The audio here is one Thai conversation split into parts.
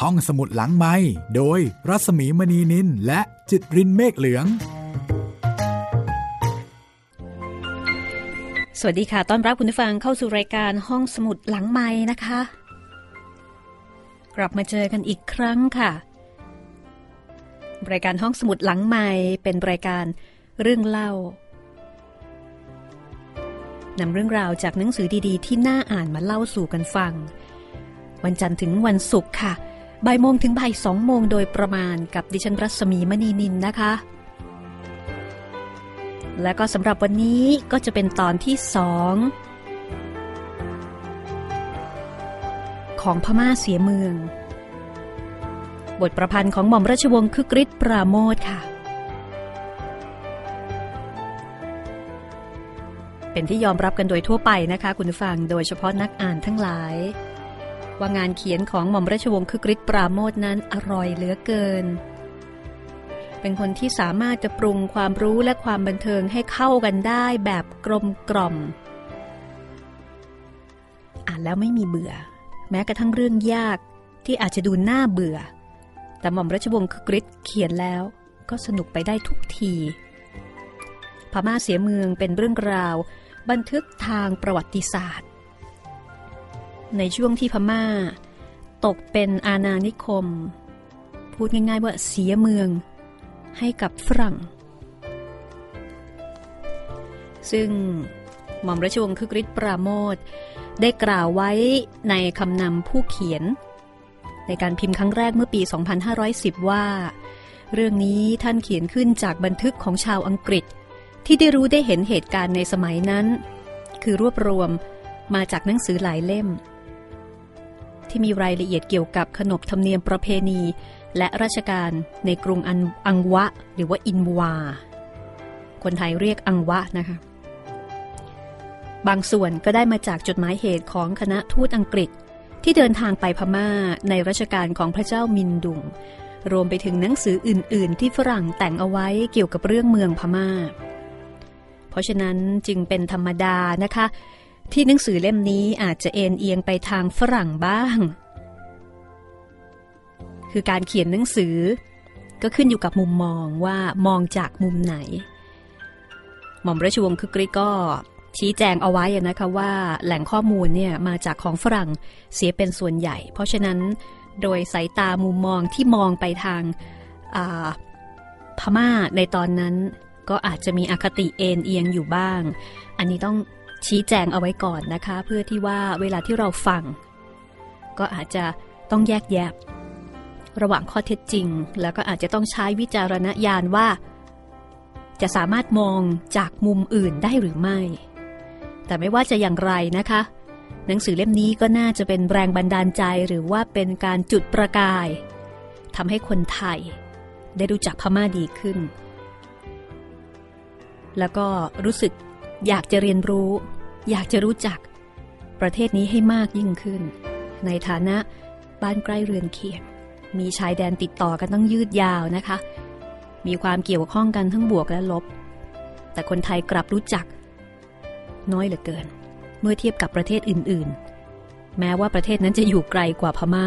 ห้องสมุดหลังไมค์โดยรัศมีมณีนินและจิตรินเมฆเหลืองสวัสดีค่ะต้อนรับคุณผู้ฟังเข้าสู่รายการห้องสมุดหลังไมค์นะคะกลับมาเจอกันอีกครั้งค่ะรายการห้องสมุดหลังไมค์เป็นรายการเรื่องเล่านำเรื่องราวจากหนังสือดีๆที่น่าอ่านมาเล่าสู่กันฟังวันจันทร์ถึงวันศุกร์ค่ะบ่ายโมงถึงบ่าย2 โมงโดยประมาณกับดิฉันรัศมีมณีนินนะคะและก็สำหรับวันนี้ก็จะเป็นตอนที่2ของพม่าเสียเมืองบทประพันธ์ของหม่อมราชวงศ์คึกฤทธิ์ปราโมทย์ค่ะเป็นที่ยอมรับกันโดยทั่วไปนะคะคุณผู้ฟังโดยเฉพาะนักอ่านทั้งหลายว่างานเขียนของหม่อมราชวงศ์คึกฤทธิ์ปราโมทย์นั้นอร่อยเหลือเกินเป็นคนที่สามารถจะปรุงความรู้และความบันเทิงให้เข้ากันได้แบบกลมกล่อมอ่านแล้วไม่มีเบื่อแม้กระทั่งเรื่องยากที่อาจจะดูน่าเบื่อแต่หม่อมราชวงศ์คึกฤทธิ์เขียนแล้วก็สนุกไปได้ทุกทีพม่าเสียเมืองเป็นเรื่องราวบันทึกทางประวัติศาสตร์ในช่วงที่พม่าตกเป็นอาณานิคมพูดง่ายๆว่าเสียเมืองให้กับฝรั่งซึ่งหม่อมราชวงศ์คึกฤทธิ์ปราโมทย์ได้กล่าวไว้ในคำนำผู้เขียนในการพิมพ์ครั้งแรกเมื่อปี 2510 ว่าเรื่องนี้ท่านเขียนขึ้นจากบันทึกของชาวอังกฤษที่ได้รู้ได้เห็นเหตุการณ์ในสมัยนั้นคือรวบรวมมาจากหนังสือหลายเล่มที่มีรายละเอียดเกี่ยวกับขนบธรรมเนียมประเพณีและราชการในกรุงอังวะหรือว่าอินวาคนไทยเรียกอังวะนะคะบางส่วนก็ได้มาจากจดหมายเหตุของคณะทูตอังกฤษที่เดินทางไปพม่าในรัชกาลของพระเจ้ามินดุงรวมไปถึงหนังสืออื่นๆที่ฝรั่งแต่งเอาไว้เกี่ยวกับเรื่องเมืองพม่าเพราะฉะนั้นจึงเป็นธรรมดานะคะที่หนังสือเล่มนี้อาจจะเอ็นเอียงไปทางฝรั่งบ้างคือการเขียนหนังสือก็ขึ้นอยู่กับมุมมองว่ามองจากมุมไหนหม่อมราชวงศ์คึกฤทธิ์ก็ชี้แจงเอาไว้นะคะว่าแหล่งข้อมูลเนี่ยมาจากของฝรั่งเสียเป็นส่วนใหญ่เพราะฉะนั้นโดยสายตามุมมองที่มองไปทางพม่าในตอนนั้นก็อาจจะมีอคติเอ็นเอียงอยู่บ้างอันนี้ต้องชี้แจงเอาไว้ก่อนนะคะเพื่อที่ว่าเวลาที่เราฟังก็อาจจะต้องแยกแยะระหว่างข้อเท็จจริงแล้วก็อาจจะต้องใช้วิจารณญาณว่าจะสามารถมองจากมุมอื่นได้หรือไม่แต่ไม่ว่าจะอย่างไรนะคะหนังสือเล่มนี้ก็น่าจะเป็นแรงบันดาลใจหรือว่าเป็นการจุดประกายทำให้คนไทยได้รู้จักพม่าดีขึ้นแล้วก็รู้สึกอยากจะเรียนรู้อยากจะรู้จักประเทศนี้ให้มากยิ่งขึ้นในฐานะบ้านใกล้เรือนเคียงมีชายแดนติดต่อกันต้องยืดยาวนะคะมีความเกี่ยวข้องกันทั้งบวกและลบแต่คนไทยกลับรู้จักน้อยเหลือเกินเมื่อเทียบกับประเทศอื่นๆแม้ว่าประเทศนั้นจะอยู่ไกลกว่าพม่า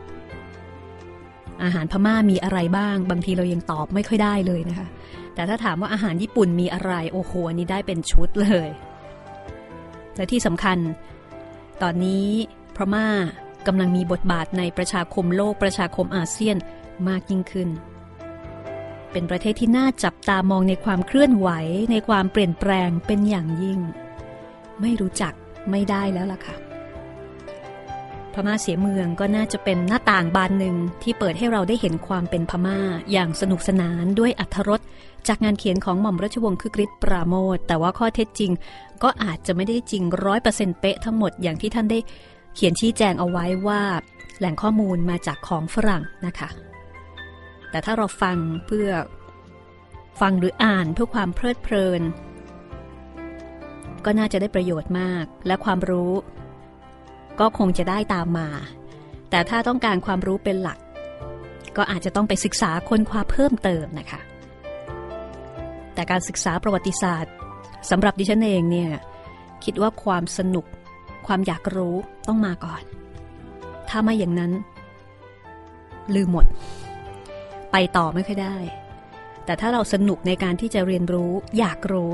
อาหารพม่ามีอะไรบ้างบางทีเรายังตอบไม่ค่อยได้เลยนะคะแต่ถ้าถามว่าอาหารญี่ปุ่นมีอะไรโอ้โหอันนี้ได้เป็นชุดเลยและที่สำคัญตอนนี้พม่ากำลังมีบทบาทในประชาคมโลกประชาคมอาเซียนมากยิ่งขึ้นเป็นประเทศที่น่าจับตามองในความเคลื่อนไหวในความเปลี่ยนแปลงเป็นอย่างยิ่งไม่รู้จักไม่ได้แล้วล่ะค่ะพม่าเสียเมืองก็น่าจะเป็นหน้าต่างบานหนึ่งที่เปิดให้เราได้เห็นความเป็นพม่าอย่างสนุกสนานด้วยอรรถรสจากงานเขียนของหม่อมราชวงศ์คึกฤทธิ์ปราโมทย์แต่ว่าข้อเท็จจริงก็อาจจะไม่ได้จริง 100% เป๊ะทั้งหมดอย่างที่ท่านได้เขียนชี้แจงเอาไว้ว่าแหล่งข้อมูลมาจากของฝรั่งนะคะแต่ถ้าเราฟังเพื่อฟังหรืออ่านเพื่อความเพลิดเพลินก็น่าจะได้ประโยชน์มากและความรู้ก็คงจะได้ตามมาแต่ถ้าต้องการความรู้เป็นหลักก็อาจจะต้องไปศึกษาค้นคว้าเพิ่มเติมนะคะแต่การศึกษาประวัติศาสตร์สำหรับดิฉันเองเนี่ยคิดว่าความสนุกความอยากรู้ต้องมาก่อนถ้าไม่อย่างนั้นลืมหมดไปต่อไม่ค่อยได้แต่ถ้าเราสนุกในการที่จะเรียนรู้อยากรู้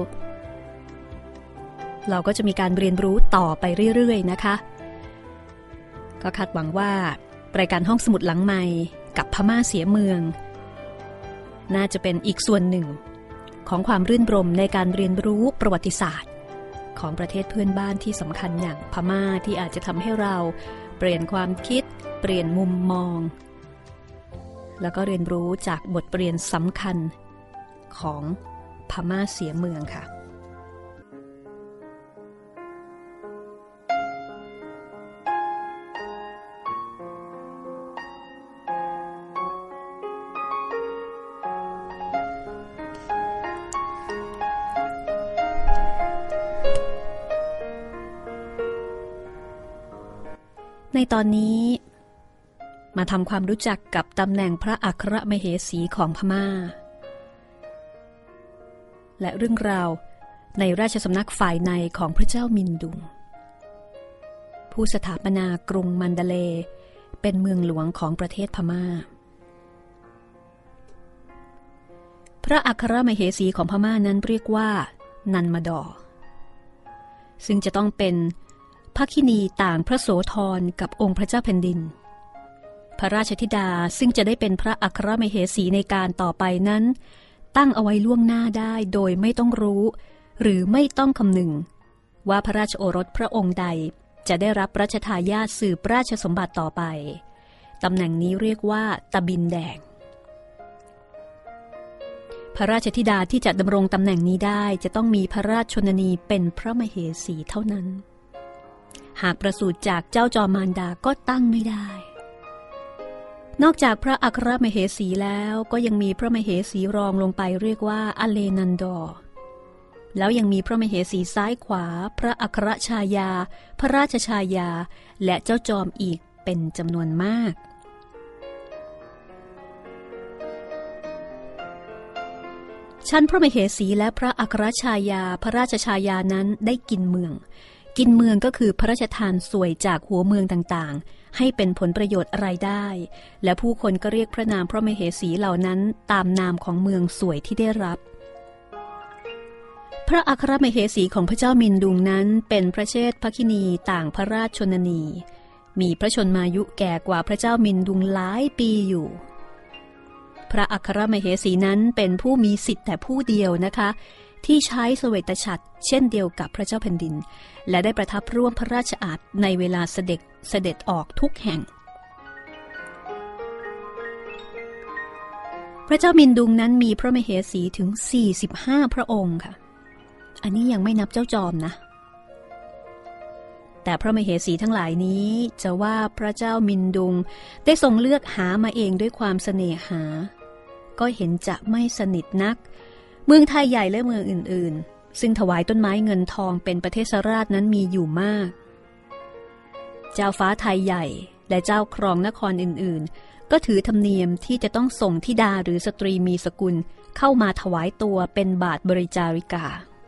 เราก็จะมีการเรียนรู้ต่อไปเรื่อยๆนะคะก็คาดหวังว่ารายการห้องสมุดหลังใหม่กับพม่าเสียเมืองน่าจะเป็นอีกส่วนหนึ่งของความรื่นรมในการเรียนรู้ประวัติศาสตร์ของประเทศเพื่อนบ้านที่สำคัญอย่างพม่าที่อาจจะทำให้เราเปลี่ยนความคิดเปลี่ยนมุมมองแล้วก็เรียนรู้จากบทเรียนสำคัญของพม่าเสียเมืองค่ะในตอนนี้มาทำความรู้จักกับตำแหน่งพระอัครมเหสีของพม่าและเรื่องราวในราชสำนักฝ่ายในของพระเจ้ามินดุงผู้สถาปนากรุงมันดาเลย์เป็นเมืองหลวงของประเทศพม่าพระอัครมเหสีของพม่านั้นเรียกว่านันมาดอร์ซึ่งจะต้องเป็นภคินีต่างพระโสธรกับองค์พระเจ้าแผ่นดินพระราชธิดาซึ่งจะได้เป็นพระอัครมเหสีในการต่อไปนั้นตั้งเอาไว้ล่วงหน้าได้โดยไม่ต้องรู้หรือไม่ต้องคำนึงว่าพระราชโอรสพระองค์ใดจะได้รับรัชทายาทสืบราชสมบัติต่อไปตำแหน่งนี้เรียกว่าตะบินแดงพระราชธิดาที่จะดำรงตำแหน่งนี้ได้จะต้องมีพระราชชนนีเป็นพระมเหสีเท่านั้นหากประสูติจากเจ้าจอมมารดาก็ตั้งไม่ได้นอกจากพระอัครมเหสีแล้วก็ยังมีพระมเหสีรองลงไปเรียกว่าอเลนันดอร์แล้วยังมีพระมเหสีซ้ายขวาพระอัครชายาพระราชชายาและเจ้าจอมอีกเป็นจำนวนมากชั้นพระมเหสีและพระอัครชายาพระราชชายานั้นได้กินเมืองก็คือพระราชทานสวยจากหัวเมืองต่างๆให้เป็นผลประโยชน์รายได้และผู้คนก็เรียกพระนามพระมเหสีเหล่านั้นตามนามของเมืองสวยที่ได้รับพระอัครมเหสีของพระเจ้ามินดุงนั้นเป็นพระเชษฐภคินีต่างพระราชชนนีมีพระชนมายุแก่กว่าพระเจ้ามินดุงหลายปีอยู่พระอัครมเหสีนั้นเป็นผู้มีสิทธิ์แต่ผู้เดียวนะคะที่ใช้เสวตฉัตรเช่นเดียวกับพระเจ้าแผ่นดินและได้ประทับร่วมพระราชอาณาในเวลาเสด็จออกทุกแห่งพระเจ้ามินดุงนั้นมีพระมเหสีถึง45พระองค์ค่ะอันนี้ยังไม่นับเจ้าจอมนะแต่พระมเหสีทั้งหลายนี้จะว่าพระเจ้ามินดุงได้ทรงเลือกหามาเองด้วยความเสน่หาก็เห็นจะไม่สนิทนักเมืองไทยใหญ่และเมืองอื่นๆซึ่งถวายต้นไม้เงินทองเป็นประเทศราชนั้นมีอยู่มากเจ้าฟ้าไทยใหญ่และเจ้าครองนครอื่นๆก็ถือธรรมเนียมที่จะต้องส่งธิดาหรือสตรีมีสกุลเข้ามาถวายตัวเป็นบาทบริจาริกา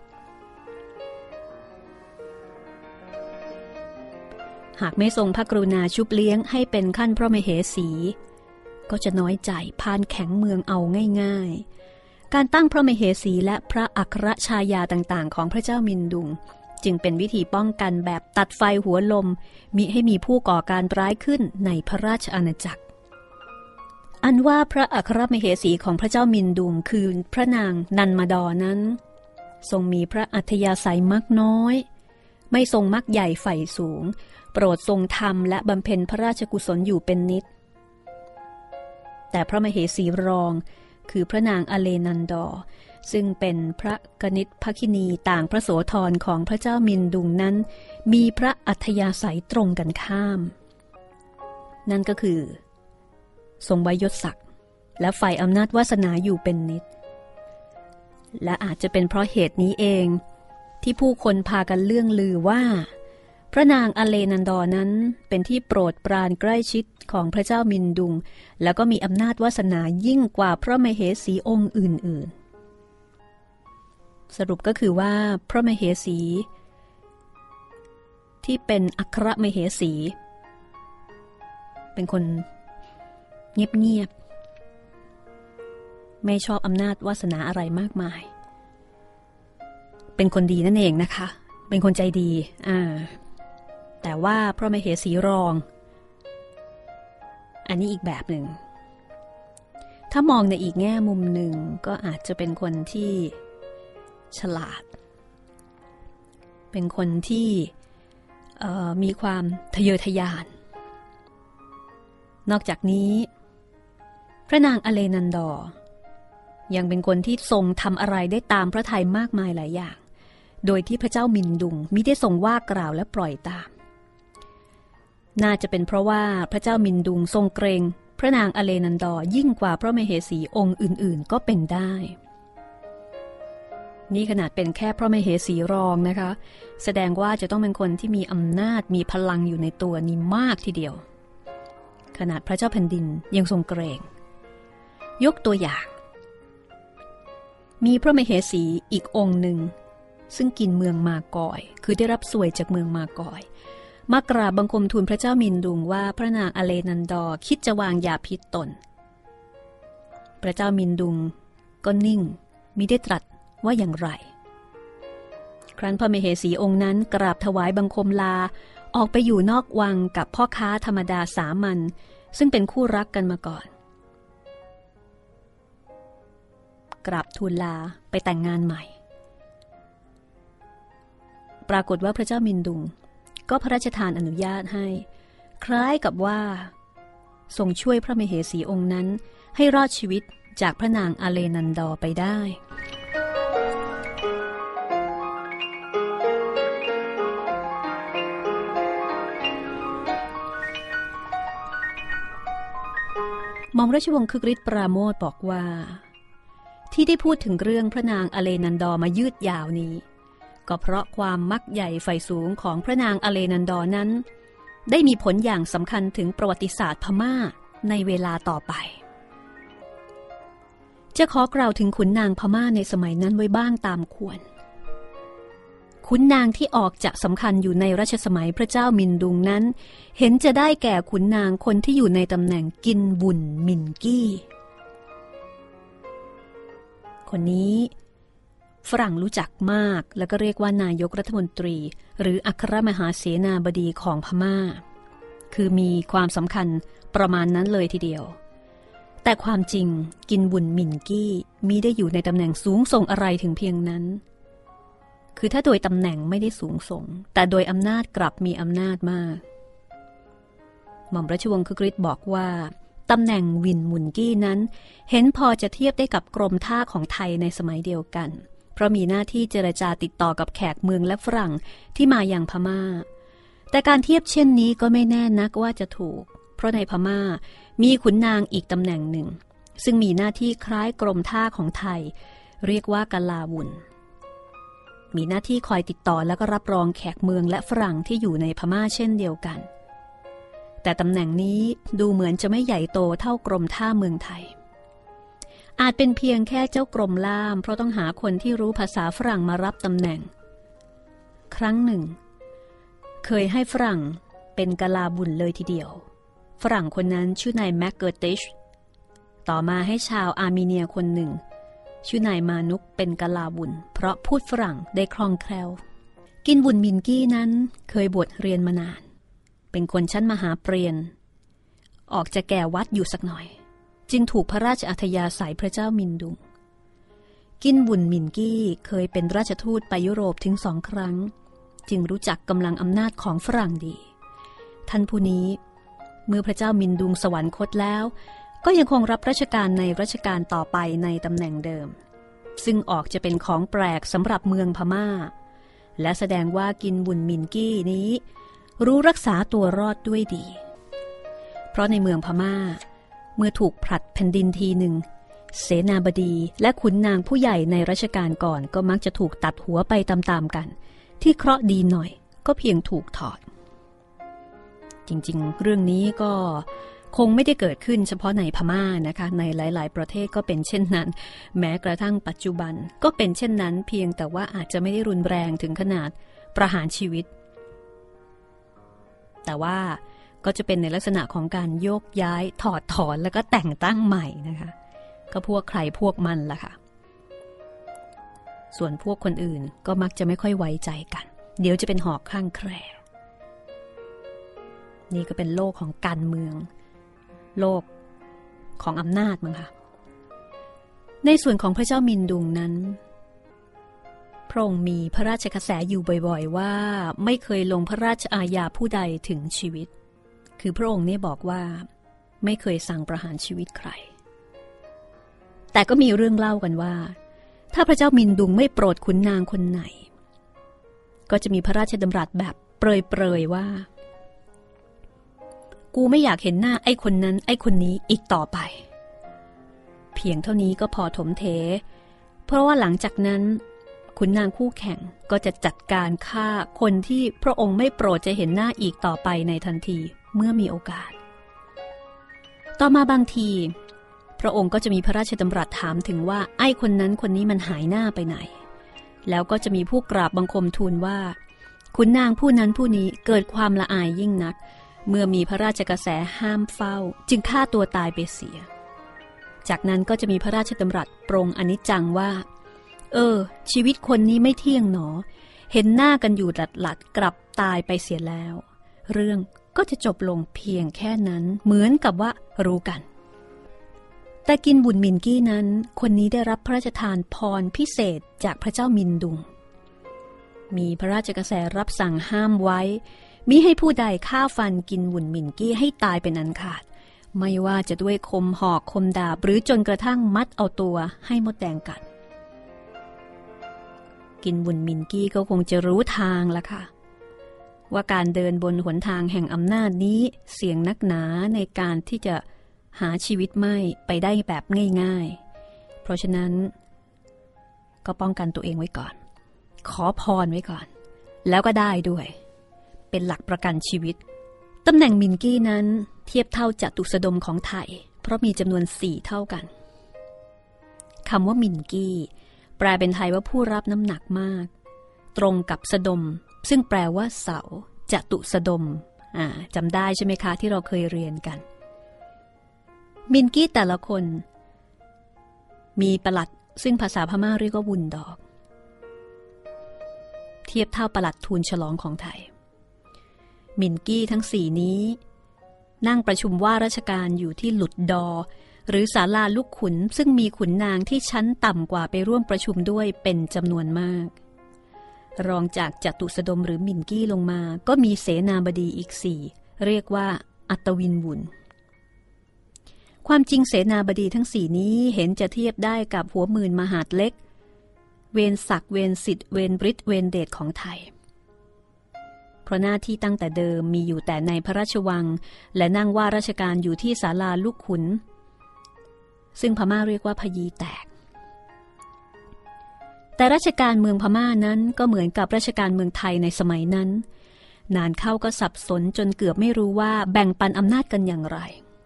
หากไม่ทรงพระกรุณาชุบเลี้ยงให้เป็นขั้นพระมเหสีก็จะน้อยใจพานแข็งเมืองเอาง่ายๆการตั้งพระมเหสีและพระอัครชายาต่างๆของพระเจ้ามินดุงจึงเป็นวิธีป้องกันแบบตัดไฟหัวลมมิให้มีผู้ก่อการร้ายขึ้นในพระราชอาณาจักรอันว่าพระอัครมเหสีของพระเจ้ามินดุงคือพระนางนันมาดอร์นั้นทรงมีพระอัธยาศัยมักน้อยไม่ทรงมักใหญ่ใฝ่สูงโปรดทรงธรรมและบำเพ็ญพระราชกุศลอยู่เป็นนิดแต่พระมเหสีรองคือพระนางอเลนันดอร์ซึ่งเป็นพระกนิษฐ์ภคินีต่างพระโสธรของพระเจ้ามินดุงนั้นมีพระอัธยาศัยตรงกันข้ามนั่นก็คือทรงไว้ยศศักดิ์และฝ่ายอำนาจวาสนาอยู่เป็นนิดและอาจจะเป็นเพราะเหตุนี้เองที่ผู้คนพากันเลื่องลือว่าพระนางอเลนันดอร์นั้นเป็นที่โปรดปรานใกล้ชิดของพระเจ้ามินดุงแล้วก็มีอำนาจวาสนายิ่งกว่าพระมเหสีองค์อื่นๆสรุปก็คือว่าพระมเหสีที่เป็นอัครมเหสีเป็นคนเงียบๆไม่ชอบอำนาจวาสนาอะไรมากมายเป็นคนดีนั่นเองนะคะเป็นคนใจดีแต่ว่าพระมเหสีรองอันนี้อีกแบบหนึ่งถ้ามองในอีกแง่มุมหนึ่งก็อาจจะเป็นคนที่ฉลาดเป็นคนที่มีความทะเยอทะยานนอกจากนี้พระนางอเลนันดอร์ยังเป็นคนที่ทรงทำอะไรได้ตามพระทัยมากมายหลายอย่างโดยที่พระเจ้ามินดุงมิได้ทรงว่ากล่าวและปล่อยตามน่าจะเป็นเพราะว่าพระเจ้ามินดุงทรงเกรงพระนางอเลนันดอร์ยิ่งกว่าพระมเหสีองค์อื่นๆก็เป็นได้นี่ขนาดเป็นแค่พระมเหสีรองนะคะแสดงว่าจะต้องเป็นคนที่มีอำนาจมีพลังอยู่ในตัวนี้มากทีเดียวขนาดพระเจ้าแผ่นดินยังทรงเกรงยกตัวอย่างมีพระมเหสีอีกองค์หนึ่งซึ่งกินเมืองมากอยคือได้รับสวยจากเมืองมากอยมากราบบังคมทูลพระเจ้ามินดุงว่าพระนางอเลนันดอร์คิดจะวางยาพิษตนพระเจ้ามินดุงก็นิ่งมิได้ตรัสว่าอย่างไรครั้นพระมเหสีองค์นั้นกราบถวายบังคมลาออกไปอยู่นอกวังกับพ่อค้าธรรมดาสามัญซึ่งเป็นคู่รักกันมาก่อนกราบทูลลาไปแต่งงานใหม่ปรากฏว่าพระเจ้ามินดุงก็พระราชทานอนุญาตให้คล้ายกับว่าทรงช่วยพระมเหสีองค์นั้นให้รอดชีวิตจากพระนางอเลนันดอร์ไปได้หม่อมราชวงศ์คึกฤทธิ์ปราโมทย์บอกว่าที่ได้พูดถึงเรื่องพระนางอเลนันดอร์มายืดยาวนี้ก็เพราะความมักใหญ่ไฟสูงของพระนางอเลนันดอร์นั้นได้มีผลอย่างสำคัญถึงประวัติศาสตร์พม่าในเวลาต่อไปจะขอกล่าวถึงขุนนางพม่าในสมัยนั้นไว้บ้างตามควรขุนนางที่ออกจะสำคัญอยู่ในรัชสมัยพระเจ้ามินดุงนั้นเห็นจะได้แก่ขุนนางคนที่อยู่ในตำแหน่งกินบุญมินกี้คนนี้ฝรั่งรู้จักมากแล้วก็เรียกว่านายกรัฐมนตรีหรืออัครมหาเสนาบดีของพม่าคือมีความสำคัญประมาณนั้นเลยทีเดียวแต่ความจริงกินบุญมินกี้มิได้อยู่ในตำแหน่งสูงส่งอะไรถึงเพียงนั้นคือถ้าโดยตำแหน่งไม่ได้สูงส่งแต่โดยอำนาจกลับมีอำนาจมากหม่อมราชวงศ์คึกฤทธิ์บอกว่าตำแหน่งวินมุนกี้นั้นเห็นพอจะเทียบได้กับกรมท่าของไทยในสมัยเดียวกันเพราะมีหน้าที่เจรจาติดต่อกับแขกเมืองและฝรั่งที่มาอย่างพม่าแต่การเทียบเช่นนี้ก็ไม่แน่นักว่าจะถูกเพราะในพม่ามีขุนนางอีกตำแหน่งหนึ่งซึ่งมีหน้าที่คล้ายกรมท่าของไทยเรียกว่ากลาวุนมีหน้าที่คอยติดต่อและก็รับรองแขกเมืองและฝรั่งที่อยู่ในพม่าเช่นเดียวกันแต่ตำแหน่งนี้ดูเหมือนจะไม่ใหญ่โตเท่ากรมท่าเมืองไทยอาจเป็นเพียงแค่เจ้ากรมล่ามเพราะต้องหาคนที่รู้ภาษาฝรั่งมารับตำแหน่งครั้งหนึ่งเคยให้ฝรั่งเป็นกลาบุญเลยทีเดียวฝรั่งคนนั้นชื่อนายแม็กเกอร์ติชต่อมาให้ชาวอาร์เมเนียคนหนึ่งชื่อนายมานุกเป็นกลาบุญเพราะพูดฝรั่งได้คล่องแคล่วกินบุญมินกี้นั้นเคยบวชเรียนมานานเป็นคนชั้นมหาเปรียญออกจะแก่วัดอยู่สักหน่อยจึงถูกพระราชอัธยาศัยพระเจ้ามินดุงกินบุญมินกี้เคยเป็นราชทูตไปยุโรปถึง2 ครั้งจึงรู้จักกำลังอำนาจของฝรั่งดีท่านผู้นี้เมื่อพระเจ้ามินดุงสวรรคตแล้วก็ยังคงรับราชการในรัชกาลต่อไปในตำแหน่งเดิมซึ่งออกจะเป็นของแปลกสำหรับเมืองพม่าและแสดงว่ากินบุญมินกี้นี้รู้รักษาตัวรอดด้วยดีเพราะในเมืองพม่าเมื่อถูกผลัดแผ่นดินทีหนึ่งเสนาบดีและขุนนางผู้ใหญ่ในรัชกาลก่อนก็มักจะถูกตัดหัวไปตามๆกันที่เคราะห์ดีหน่อยก็เพียงถูกถอดจริงๆเรื่องนี้ก็คงไม่ได้เกิดขึ้นเฉพาะในพม่านะคะในหลายๆประเทศก็เป็นเช่นนั้นแม้กระทั่งปัจจุบันก็เป็นเช่นนั้นเพียงแต่ว่าอาจจะไม่ได้รุนแรงถึงขนาดประหารชีวิตแต่ว่าก็จะเป็นในลักษณะของการโยกย้ายถอดถอนแล้วก็แต่งตั้งใหม่นะคะก็พวกใครพวกมันล่ะค่ะส่วนพวกคนอื่นก็มักจะไม่ค่อยไว้ใจกันเดี๋ยวจะเป็นหอกข้างแคร่นี่ก็เป็นโลกของการเมืองโลกของอำนาจมั้งค่ะในส่วนของพระเจ้ามินดุงนั้นพระองค์มีพระราชกระแสอยู่บ่อยๆว่าไม่เคยลงพระราชอาญาผู้ใดถึงชีวิตคือพระองค์เนี่ยบอกว่าไม่เคยสั่งประหารชีวิตใครแต่ก็มีเรื่องเล่ากันว่าถ้าพระเจ้ามินดุงไม่โปรดขุนนางคนไหนก็จะมีพระราชดำรัสแบบเปรยๆว่ากูไม่อยากเห็นหน้าไอ้คนนั้นไอ้คนนี้อีกต่อไปเพียงเท่านี้ก็พอถมเทเพราะว่าหลังจากนั้นขุนนางคู่แข่งก็จะจัดการฆ่าคนที่พระองค์ไม่โปรดจะเห็นหน้าอีกต่อไปในทันทีเมื่อมีโอกาสต่อมาบางทีพระองค์ก็จะมีพระราชดำรัสถามถึงว่าไอ้คนนั้นคนนี้มันหายหน้าไปไหนแล้วก็จะมีผู้กราบบังคมทูลว่าขุนนางผู้นั้นผู้นี้เกิดความละอายยิ่งนักเมื่อมีพระราชกระแสห้ามเฝ้าจึงฆ่าตัวตายไปเสียจากนั้นก็จะมีพระราชดำรัสปรงอนิจจังว่าชีวิตคนนี้ไม่เที่ยงหนอเห็นหน้ากันอยู่หลัดกลับตายไปเสียแล้วเรื่องก็จะจบลงเพียงแค่นั้นเหมือนกับว่ารู้กันแต่กินบุญมินกี้นั้นคนนี้ได้รับพระราชทานพรพิเศษจากพระเจ้ามินดุงมีพระราชกระแสรับสั่งห้ามไว้มิให้ผู้ใดฆ่าฟันกินบุญมินกี้ให้ตายเป็นอันขาดไม่ว่าจะด้วยคมหอกคมดาบหรือจนกระทั่งมัดเอาตัวให้มดแดงกัดกินบุญมินกี้ก็คงจะรู้ทางละค่ะว่าการเดินบนหนทางแห่งอำนาจนี้เสี่ยงนักหนาในการที่จะหาชีวิตไม่ไปได้แบบง่ายๆเพราะฉะนั้นก็ป้องกันตัวเองไว้ก่อนขอพรไว้ก่อนแล้วก็ได้ด้วยเป็นหลักประกันชีวิตตำแหน่งมินกี้นั้นเทียบเท่าจตุสดมของไทยเพราะมีจำนวน4เท่ากันคำว่ามินกี้แปลเป็นไทยว่าผู้รับน้ำหนักมากตรงกับสดมซึ่งแปลว่าเสาจตุสดมจำได้ใช่ไหมคะที่เราเคยเรียนกันมินกี้แต่ละคนมีปลัดซึ่งภาษาพม่าเรียกว่าวุนดอกเทียบเท่าปลัดทูลฉลองของไทยมินกี้ทั้ง4นี้นั่งประชุมว่าราชการอยู่ที่หลุดดอหรือศาลาลูกขุนซึ่งมีขุนนางที่ชั้นต่ำกว่าไปร่วมประชุมด้วยเป็นจำนวนมากรองจากจตุสดมหรือมินกี้ลงมาก็มีเสนาบดีอีก4เรียกว่าอัตวินวุนความจริงเสนาบดีทั้ง4นี้เห็นจะเทียบได้กับหัวหมื่นมหาดเล็กเวนศักดิ์เวนสิทธิ์เวนบริตเวนเดชของไทยเพราะหน้าที่ตั้งแต่เดิมมีอยู่แต่ในพระราชวังและนั่งว่าราชการอยู่ที่ศาลาลูกขุนซึ่งพม่าเรียกว่าพยีแตกแต่ราชการเมืองพม่านั้นก็เหมือนกับราชการเมืองไทยในสมัยนั้นนานเข้าก็สับสนจนเกือบไม่รู้ว่าแบ่งปันอำนาจกันอย่างไร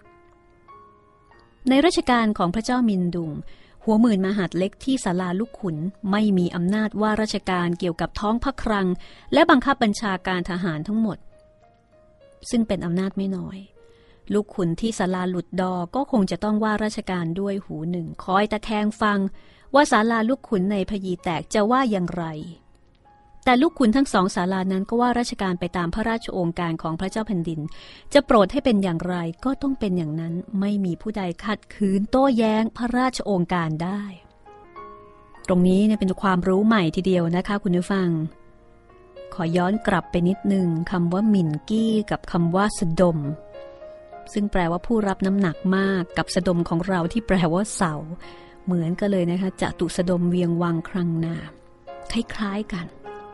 ในราชการของพระเจ้ามินดุงหัวหมื่นมหาดเล็กที่ศาลาลูกขุนไม่มีอำนาจว่าราชการเกี่ยวกับท้องพระคลังและบังคับบัญชาการทหารทั้งหมดซึ่งเป็นอำนาจไม่น้อยลูกขุนที่ศาลาหลุดดอก็คงจะต้องว่าราชการด้วยหูหนึ่งคอยตะแคงฟังว่าศาลาลูกขุนในพยีแตกจะว่าอย่างไรแต่ลูกขุนทั้ง2ศาลานั้นก็ว่าราชการไปตามพระราชโองการของพระเจ้าแผ่นดินจะโปรดให้เป็นอย่างไรก็ต้องเป็นอย่างนั้นไม่มีผู้ใดขัดขืนโต้แย้งพระราชโองการได้ตรงนี้เนี่ยเป็นความรู้ใหม่ทีเดียวนะคะคุณผู้ฟังขอย้อนกลับไปนิดนึงคำว่ามินกี้กับคำว่าสดมซึ่งแปลว่าผู้รับน้ำหนักมากกับสดมของเราที่แปลว่าเสาเหมือนกันเลยนะคะจตุสดมเวียงวังคลังนาคล้ายๆกัน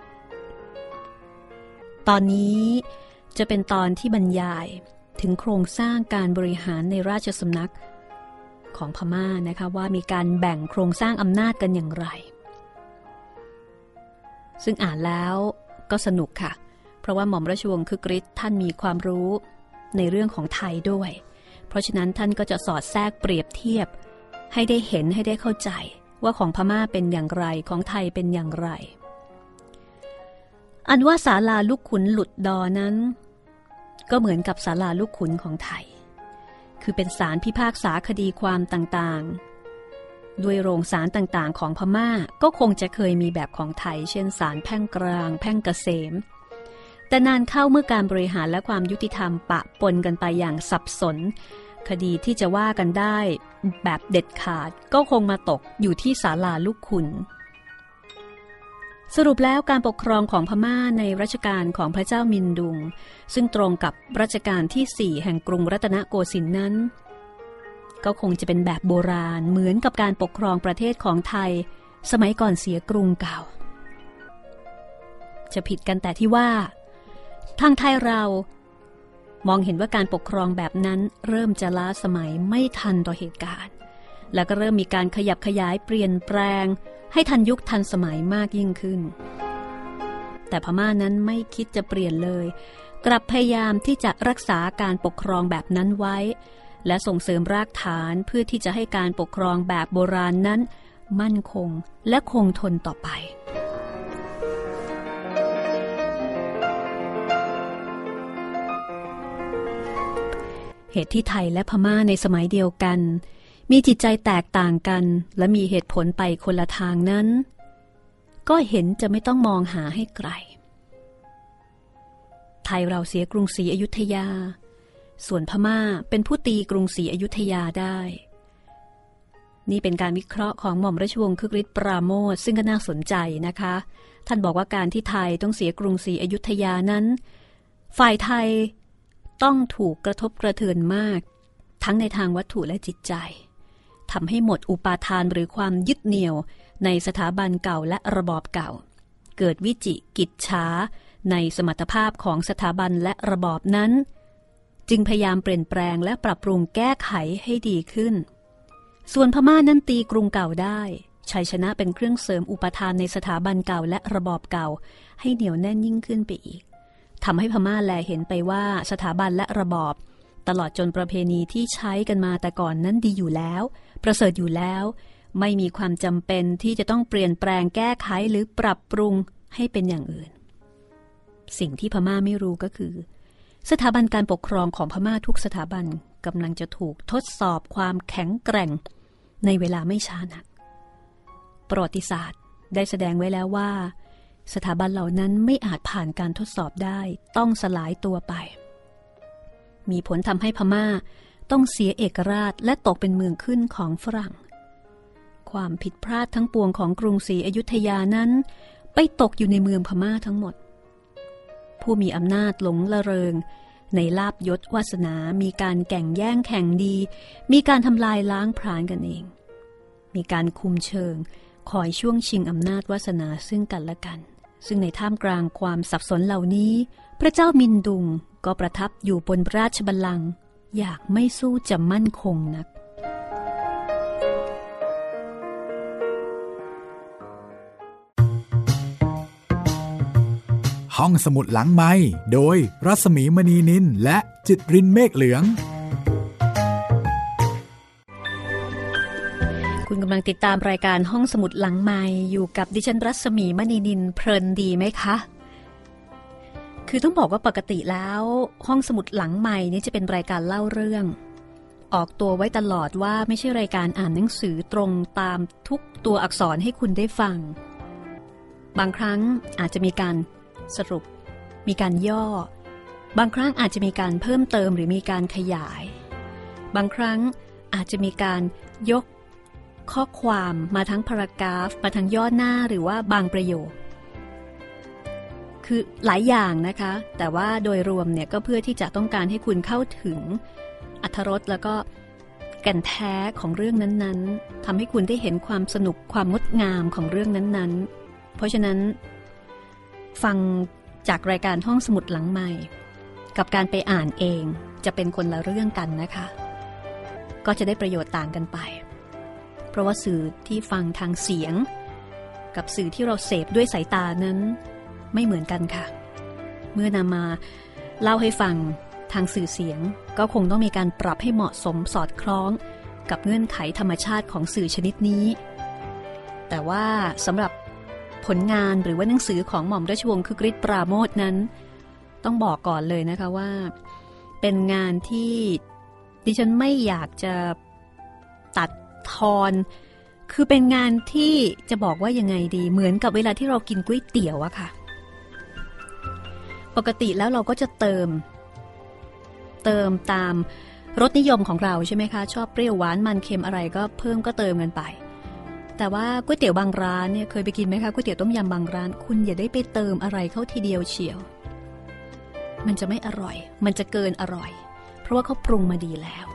ตอนนี้จะเป็นตอนที่บรรยายถึงโครงสร้างการบริหารในราชสำนักของพม่านะคะว่ามีการแบ่งโครงสร้างอำนาจกันอย่างไรซึ่งอ่านแล้วก็สนุกค่ะเพราะว่าหม่อมราชวงศ์คึกฤทธิ์ท่านมีความรู้ในเรื่องของไทยด้วยเพราะฉะนั้นท่านก็จะสอดแทรกเปรียบเทียบให้ได้เห็นให้ได้เข้าใจว่าของพม่าเป็นอย่างไรของไทยเป็นอย่างไรอันว่าศาลาลูกขุนหลุดดอนั้นก็เหมือนกับศาลาลูกขุนของไทยคือเป็นศาลพิพากษาคดีความต่างๆด้วยโรงศาลต่างๆของพม่าก็คงจะเคยมีแบบของไทยเช่นศาลแพ่งกลางแพ่งเกษมแต่นานเข้าเมื่อการบริหารและความยุติธรรมปะปนกันไปอย่างสับสนคดีที่จะว่ากันได้แบบเด็ดขาดก็คงมาตกอยู่ที่ศาลาลูกขุนสรุปแล้วการปกครองของพม่าในรัชกาลของพระเจ้ามินดุงซึ่งตรงกับรัชกาลที่4แห่งกรุงรัตนโกสินทร์นั้นก็คงจะเป็นแบบโบราณเหมือนกับการปกครองประเทศของไทยสมัยก่อนเสียกรุงเก่าจะผิดกันแต่ที่ว่าทางไทยเรามองเห็นว่าการปกครองแบบนั้นเริ่มจะล้าสมัยไม่ทันต่อเหตุการณ์แล้วก็เริ่มมีการขยับขยายเปลี่ยนแปลงให้ทันยุคทันสมัยมากยิ่งขึ้นแต่พม่านั้นไม่คิดจะเปลี่ยนเลยกลับพยายามที่จะรักษาการปกครองแบบนั้นไว้และส่งเสริมรากฐานเพื่อที่จะให้การปกครองแบบโบราณนั้นมั่นคงและคงทนต่อไปเหตุที่ไทยและพม่าในสมัยเดียวกันมีจิตใจแตกต่างกันและมีเหตุผลไปคนละทางนั้นก็เห็นจะไม่ต้องมองหาให้ไกลไทยเราเสียกรุงศรีอยุธยาส่วนพม่าเป็นผู้ตีกรุงศรีอยุธยาได้นี่เป็นการวิเคราะห์ของหม่อมราชวงศ์คึกฤทธิ์ปราโมชซึ่งก็น่าสนใจนะคะท่านบอกว่าการที่ไทยต้องเสียกรุงศรีอยุธยานั้นฝ่ายไทยต้องถูกกระทบกระเทือนมากทั้งในทางวัตถุและจิตใจทำให้หมดอุปาทานหรือความยึดเหนี่ยวในสถาบันเก่าและระบอบเก่าเกิดวิจิกิจฉาในสมรรถภาพของสถาบันและระบอบนั้นจึงพยายามเปลี่ยนแปลงและปรับปรุงแก้ไขให้ดีขึ้นส่วนพม่านั้นตีกรุงเก่าได้ชัยชนะเป็นเครื่องเสริมอุปทานในสถาบันเก่าและระบอบเก่าให้เหนียวแน่นยิ่งขึ้นไปอีกทำให้พม่าแลเห็นไปว่าสถาบันและระบอบตลอดจนประเพณีที่ใช้กันมาแต่ก่อนนั้นดีอยู่แล้วประเสริฐอยู่แล้วไม่มีความจำเป็นที่จะต้องเปลี่ยนแปลงแก้ไขหรือปรับปรุงให้เป็นอย่างอื่นสิ่งที่พม่าไม่รู้ก็คือสถาบันการปกครองของพม่าทุกสถาบันกำลังจะถูกทดสอบความแข็งแกร่งในเวลาไม่ช้านักประวัติศาสตร์ได้แสดงไว้แล้วว่าสถาบันเหล่านั้นไม่อาจผ่านการทดสอบได้ต้องสลายตัวไปมีผลทำให้พม่าต้องเสียเอกราชและตกเป็นเมืองขึ้นของฝรั่งความผิดพลาดทั้งปวงของกรุงศรีอยุธยานั้นไปตกอยู่ในเมืองพม่าทั้งหมดผู้มีอำนาจหลงละเริงในลาภยศวาสนามีการแข่งแย่งแข่งดีมีการทำลายล้างพรานกันเองมีการคุมเชิงคอยช่วงชิงอำนาจวาสนาซึ่งกันและกันซึ่งในท่ามกลางความสับสนเหล่านี้พระเจ้ามินดุงก็ประทับอยู่บนราชบัลลังก์อย่างไม่สู้จะมั่นคงนักห้องสมุดหลังไมค์โดยรัศมีมณีนินและจิตรินเมฆเหลืองคุณกำลังติดตามรายการห้องสมุดหลังไมค์อยู่กับดิฉันรัศมีมณีนินเพลินดีไหมคะคือต้องบอกว่าปกติแล้วห้องสมุดหลังไมค์นี้จะเป็นรายการเล่าเรื่องออกตัวไว้ตลอดว่าไม่ใช่รายการอ่านหนังสือตรงตามทุกตัวอักษรให้คุณได้ฟังบางครั้งอาจจะมีการสรุปมีการย่อบางครั้งอาจจะมีการเพิ่มเติมหรือมีการขยายบางครั้งอาจจะมีการยกข้อความมาทั้งพารากราฟมาทั้งย่อหน้าหรือว่าบางประโยคคือหลายอย่างนะคะแต่ว่าโดยรวมเนี่ยก็เพื่อที่จะต้องการให้คุณเข้าถึงอรรถรสแล้วก็แก่นแท้ของเรื่องนั้นๆทำให้คุณได้เห็นความสนุกความงดงามของเรื่องนั้นๆเพราะฉะนั้นฟังจากรายการห้องสมุดหลังใหม่กับการไปอ่านเองจะเป็นคนละเรื่องกันนะคะก็จะได้ประโยชน์ต่างกันไปเพราะว่าสื่อที่ฟังทางเสียงกับสื่อที่เราเสพด้วยสายตานั้นไม่เหมือนกันค่ะเมื่อนำมาเล่าให้ฟังทางสื่อเสียงก็คงต้องมีการปรับให้เหมาะสมสอดคล้องกับเงื่อนไขธรรมชาติของสื่อชนิดนี้แต่ว่าสำหรับผลงานหรือว่าหนังสือของหม่อมราชวงศ์คึกฤทธิ์ปราโมชนั้นต้องบอกก่อนเลยนะคะว่าเป็นงานที่ดิฉันไม่อยากจะตัดทอนคือเป็นงานที่จะบอกว่ายังไงดีเหมือนกับเวลาที่เรากินก๋วยเตี๋ยวอะค่ะปกติแล้วเราก็จะเติมตามรสนิยมของเราใช่ไหมคะชอบเปรี้ยวหวานมันเค็มอะไรก็เพิ่มก็เติมกันไปแต่ว่าก๋วยเตี๋ยวบางร้านเนี่ยเคยไปกินไหมคะก๋วยเตี๋ยวต้มยำบางร้านคุณอย่าได้ไปเติมอะไรเข้าทีเดียวเฉียวมันจะไม่อร่อยมันจะเกินอร่อยเพราะว่าเขาปรุงมาดีแล้ว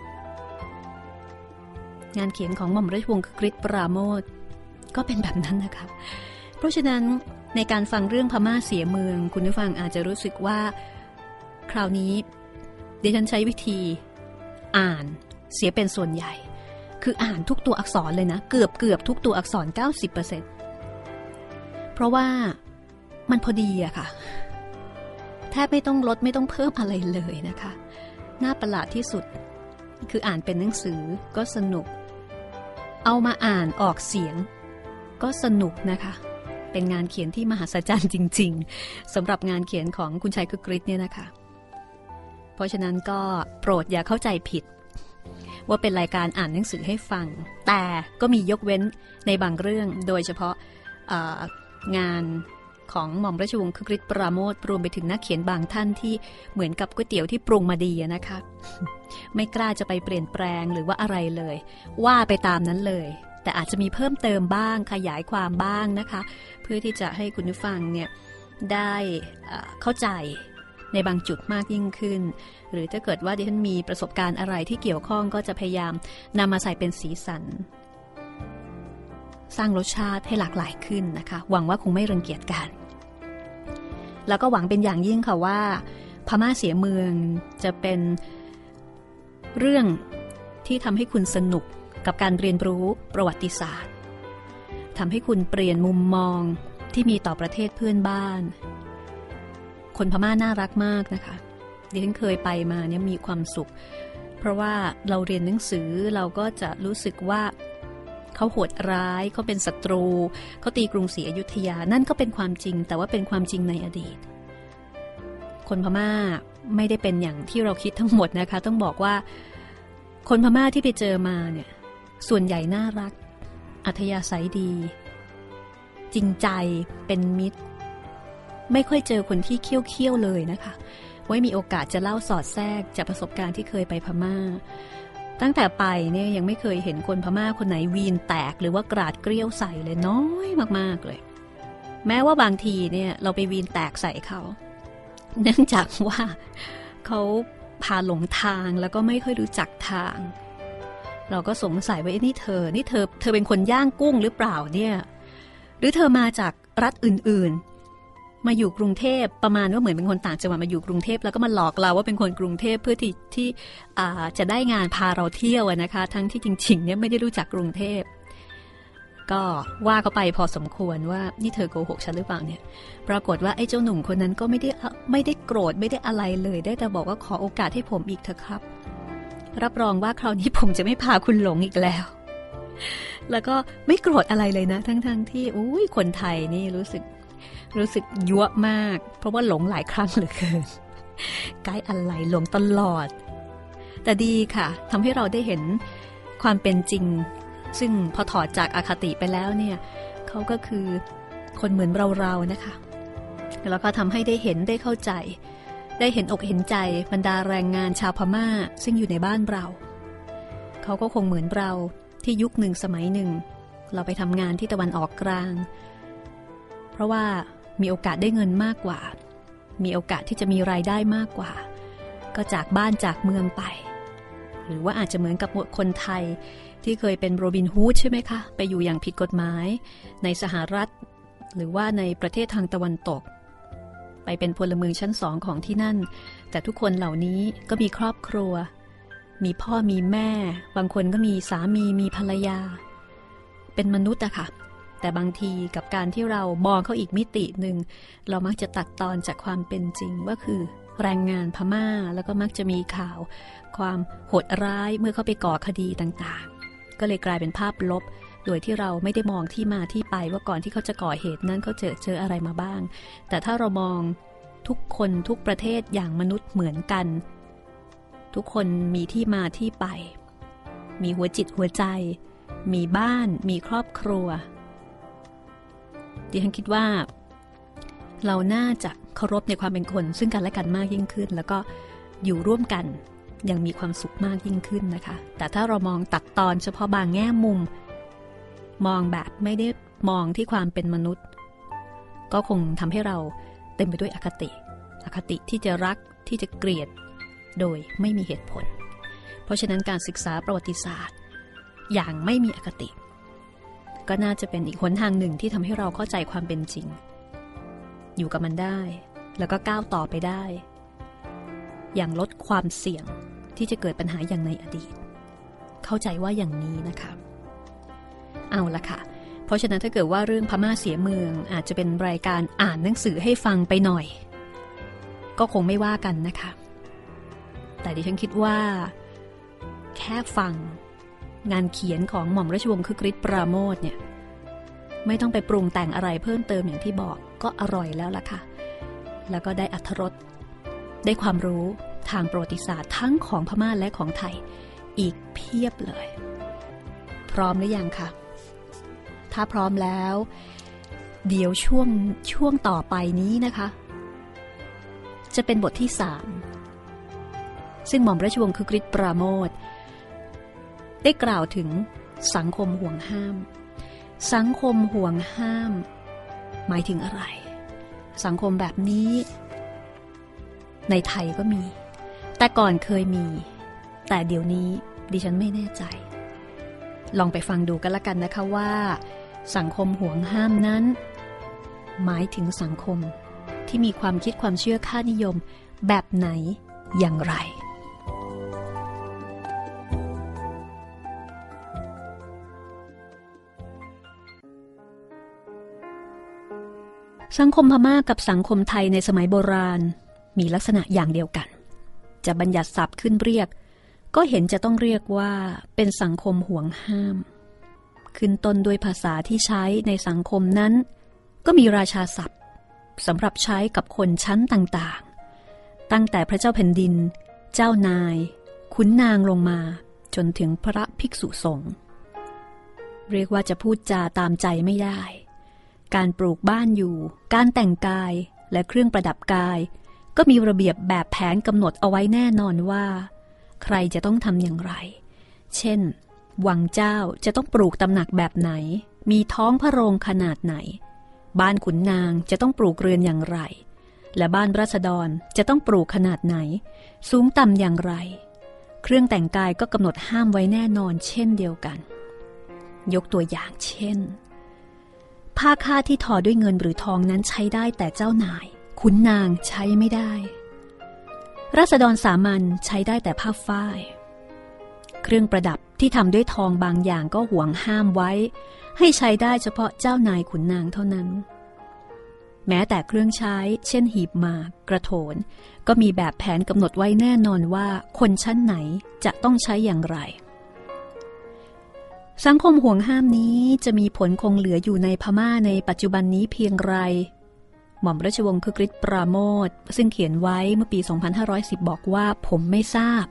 งานเขียนของหม่อมราชวงศ์คึกฤทธิ์ปราโมชก็เป็นแบบนั้นนะคะเพราะฉะนั้นในการฟังเรื่องพม่าเสียเมืองคุณผู้ฟังอาจจะรู้สึกว่าคราวนี้ดิฉันใช้วิธีอ่านเสียเป็นส่วนใหญ่คืออ่านทุกตัวอักษรเลยนะเกือบทุกตัวอักษร 90% เพราะว่ามันพอดีอะค่ะแทบไม่ต้องลดไม่ต้องเพิ่มอะไรเลยนะคะน่าประหลาดที่สุดคืออ่านเป็นหนังสือก็สนุกเอามาอ่านออกเสียงก็สนุกนะคะเป็นงานเขียนที่มหัศจรรย์จริงๆสำหรับงานเขียนของคุณชัยคึกฤทธิ์เนี่ยนะคะเพราะฉะนั้นก็โปรดอย่าเข้าใจผิดว่าเป็นรายการอ่านหนังสือให้ฟังแต่ก็มียกเว้นในบางเรื่องโดยเฉพาะงานของหม่อมราชวงศ์คึกฤทธิ์ปราโมชรวมไปถึงนักเขียนบางท่านที่เหมือนกับก๋วยเตี๋ยวที่ปรุงมาดีนะคะไม่กล้าจะไปเปลี่ยนแปลงหรือว่าอะไรเลยว่าไปตามนั้นเลยแต่อาจจะมีเพิ่มเติมบ้างขยายความบ้างนะคะเพื่อที่จะให้คุณผู้ฟังเนี่ยได้เข้าใจในบางจุดมากยิ่งขึ้นหรือถ้าเกิดว่าดิฉันมีประสบการณ์อะไรที่เกี่ยวข้องก็จะพยายามนำมาใส่เป็นสีสันสร้างรสชาติให้หลากหลายขึ้นนะคะหวังว่าคงไม่รังเกียจกันแล้วก็หวังเป็นอย่างยิ่งค่ะว่าพม่าเสียเมืองจะเป็นเรื่องที่ทำให้คุณสนุกกับการเรียนรู้ประวัติศาสตร์ทำให้คุณเปลี่ยนมุมมองที่มีต่อประเทศเพื่อนบ้านคนพม่าน่ารักมากนะคะดิฉันเคยไปมาเนี่ยมีความสุขเพราะว่าเราเรียนหนังสือเราก็จะรู้สึกว่าเขาโหดร้ายเขาเป็นศัตรูเขาตีกรุงศรีอยุธยานั่นก็เป็นความจริงแต่ว่าเป็นความจริงในอดีตคนพม่าไม่ได้เป็นอย่างที่เราคิดทั้งหมดนะคะต้องบอกว่าคนพม่าที่ไปเจอมาเนี่ยส่วนใหญ่น่ารักอัธยาศัยดีจริงใจเป็นมิตรไม่ค่อยเจอคนที่เคี้ยวๆเลยนะคะไว้มีโอกาสจะเล่าสอดแทรกจากประสบการณ์ที่เคยไปพม่าตั้งแต่ไปเนี่ยยังไม่เคยเห็นคนพม่าคนไหนวีนแตกหรือว่ากราดเกรี้ยวใส่เลยน้อยมากๆเลยแม้ว่าบางทีเนี่ยเราไปวีนแตกใส่เขาเนื่องจากว่าเขาพาหลงทางแล้วก็ไม่ค่อยรู้จักทางเราก็สงสัยว่านี่เธอเป็นคนย่างกุ้งหรือเปล่าเนี่ยหรือเธอมาจากรัฐอื่นๆมาอยู่กรุงเทพประมาณว่าเหมือนเป็นคนต่างจังหวัดมาอยู่กรุงเทพแล้วก็มาหลอกเราว่าเป็นคนกรุงเทพเพื่อที่จะได้งานพาเราเที่ยวนะคะทั้งที่จริงๆเนี่ยไม่ได้รู้จักกรุงเทพก็ว่าเขาไปพอสมควรว่านี่เธอโกหกฉันหรือเปล่าเนี่ยปรากฏว่าไอ้เจ้าหนุ่มคนนั้นก็ไม่ได้โกรธไม่ได้อะไรเลยได้แต่บอกว่าขอโอกาสให้ผมอีกเถอะครับรับรองว่าคราวนี้ผมจะไม่พาคุณหลงอีกแล้วแล้วก็ไม่โกรธอะไรเลยนะทั้งที่คนไทยนี่รู้สึกยั่วมากเพราะว่าหลงหลายครั้งเหลือเกินไกด์อะไรหลงตลอดแต่ดีค่ะทำให้เราได้เห็นความเป็นจริงซึ่งพอถอดจากอคติไปแล้วเนี่ยเขาก็คือคนเหมือนเรานะคะแล้วก็ทำให้ได้เห็นได้เข้าใจได้เห็นอกเห็นใจบรรดาแรงงานชาวพม่าซึ่งอยู่ในบ้านเราเขาก็คงเหมือนเราที่ยุคหนึ่งสมัยหนึ่งเราไปทำงานที่ตะวันออกกลางเพราะว่ามีโอกาสได้เงินมากกว่ามีโอกาสที่จะมีรายได้มากกว่าก็จากบ้านจากเมืองไปหรือว่าอาจจะเหมือนกับคนไทยที่เคยเป็นโรบินฮูดใช่ไหมคะไปอยู่อย่างผิดกฎหมายในสหรัฐหรือว่าในประเทศทางตะวันตกไปเป็นพลเมืองชั้นสองของที่นั่นแต่ทุกคนเหล่านี้ก็มีครอบครัวมีพ่อมีแม่บางคนก็มีสามีมีภรรยาเป็นมนุษย์อะค่ะแต่บางทีกับการที่เรามองเขาอีกมิติหนึ่งเรามักจะตัดตอนจากความเป็นจริงว่าคือแรงงานพม่าแล้วก็มักจะมีข่าวความโหดร้ายเมื่อเขาไปก่อคดีต่างๆก็เลยกลายเป็นภาพลบโดยที่เราไม่ได้มองที่มาที่ไปว่าก่อนที่เขาจะก่อเหตุนั้นเขาเจออะไรมาบ้างแต่ถ้าเรามองทุกคนทุกประเทศอย่างมนุษย์เหมือนกันทุกคนมีที่มาที่ไปมีหัวจิตหัวใจมีบ้านมีครอบครัวดิฉันคิดว่าเราน่าจะเคารพในความเป็นคนซึ่งกันและกันมากยิ่งขึ้นแล้วก็อยู่ร่วมกันอย่างมีความสุขมากยิ่งขึ้นนะคะแต่ถ้าเรามองตัดตอนเฉพาะบางแง่มุมมองแบบไม่ได้มองที่ความเป็นมนุษย์ก็คงทำให้เราเต็มไปด้วยอคติที่จะรักที่จะเกลียดโดยไม่มีเหตุผลเพราะฉะนั้นการศึกษาประวัติศาสตร์อย่างไม่มีอคติก็น่าจะเป็นอีกหนทางหนึ่งที่ทำให้เราเข้าใจความเป็นจริงอยู่กับมันได้แล้วก็ก้าวต่อไปได้อย่างลดความเสี่ยงที่จะเกิดปัญหาอย่างในอดีตเข้าใจว่าอย่างนี้นะคะเอาละค่ะเพราะฉะนั้นถ้าเกิดว่าเรื่องพม่าเสียเมืองอาจจะเป็นรายการอ่านหนังสือให้ฟังไปหน่อยก็คงไม่ว่ากันนะคะแต่ดิฉันคิดว่าแค่ฟังงานเขียนของหม่อมราชวงศ์คึกฤทธิ์ปราโมทเนี่ยไม่ต้องไปปรุงแต่งอะไรเพิ่มเติมอย่างที่บอกก็อร่อยแล้วล่ะค่ะแล้วก็ได้อรรถรสได้ความรู้ทางประวัติศาสตร์ทั้งของพม่าและของไทยอีกเพียบเลยพร้อมหรือยังคะถ้าพร้อมแล้วเดี๋ยวช่วงต่อไปนี้นะคะจะเป็นบทที่3ซึ่งหม่อมราชวงศ์คึกฤทธิ์ปราโมทได้กล่าวถึงสังคมห่วงห้ามสังคมห่วงห้ามหมายถึงอะไรสังคมแบบนี้ในไทยก็มีแต่ก่อนเคยมีแต่เดี๋ยวนี้ดิฉันไม่แน่ใจลองไปฟังดูกันละกันนะคะว่าสังคมห่วงห้ามนั้นหมายถึงสังคมที่มีความคิดความเชื่อค่านิยมแบบไหนอย่างไรสังคมพม่ากับสังคมไทยในสมัยโบราณมีลักษณะอย่างเดียวกันจะบัญญัติศัพท์ขึ้นเรียกก็เห็นจะต้องเรียกว่าเป็นสังคมห่วงห้ามขึ้นต้นด้วยภาษาที่ใช้ในสังคมนั้นก็มีราชาศัพท์สำหรับใช้กับคนชั้นต่างๆตั้งแต่พระเจ้าแผ่นดินเจ้านายขุนนางลงมาจนถึงพระภิกษุสงฆ์เรียกว่าจะพูดจาตามใจไม่ได้การปลูกบ้านอยู่การแต่งกายและเครื่องประดับกายก็มีระเบียบแบบแผนกำหนดเอาไว้แน่นอนว่าใครจะต้องทำอย่างไรเช่นวังเจ้าจะต้องปลูกตำหนักแบบไหนมีท้องพระโรงขนาดไหนบ้านขุนนางจะต้องปลูกเรือนอย่างไรและบ้านราษฎรจะต้องปลูกขนาดไหนสูงต่ำอย่างไรเครื่องแต่งกายก็กำหนดห้ามไว้แน่นอนเช่นเดียวกันยกตัวอย่างเช่นผ้าคาดที่ทอด้วยเงินหรือทองนั้นใช้ได้แต่เจ้านายขุนนางใช้ไม่ได้ราษฎรสามัญใช้ได้แต่ผ้าฝ้ายเครื่องประดับที่ทำด้วยทองบางอย่างก็ห่วงห้ามไว้ให้ใช้ได้เฉพาะเจ้านายขุนนางเท่านั้นแม้แต่เครื่องใช้เช่นหีบหมากกระโถนก็มีแบบแผนกำหนดไว้แน่นอนว่าคนชั้นไหนจะต้องใช้อย่างไรสังคมห่วงห้ามนี้จะมีผลคงเหลืออยู่ในพม่าในปัจจุบันนี้เพียงไรหม่อมราชวงศ์คึกฤทธิ์ปราโมทซึ่งเขียนไว้เมื่อปี 2510 บอกว่าผมไม่ทราบ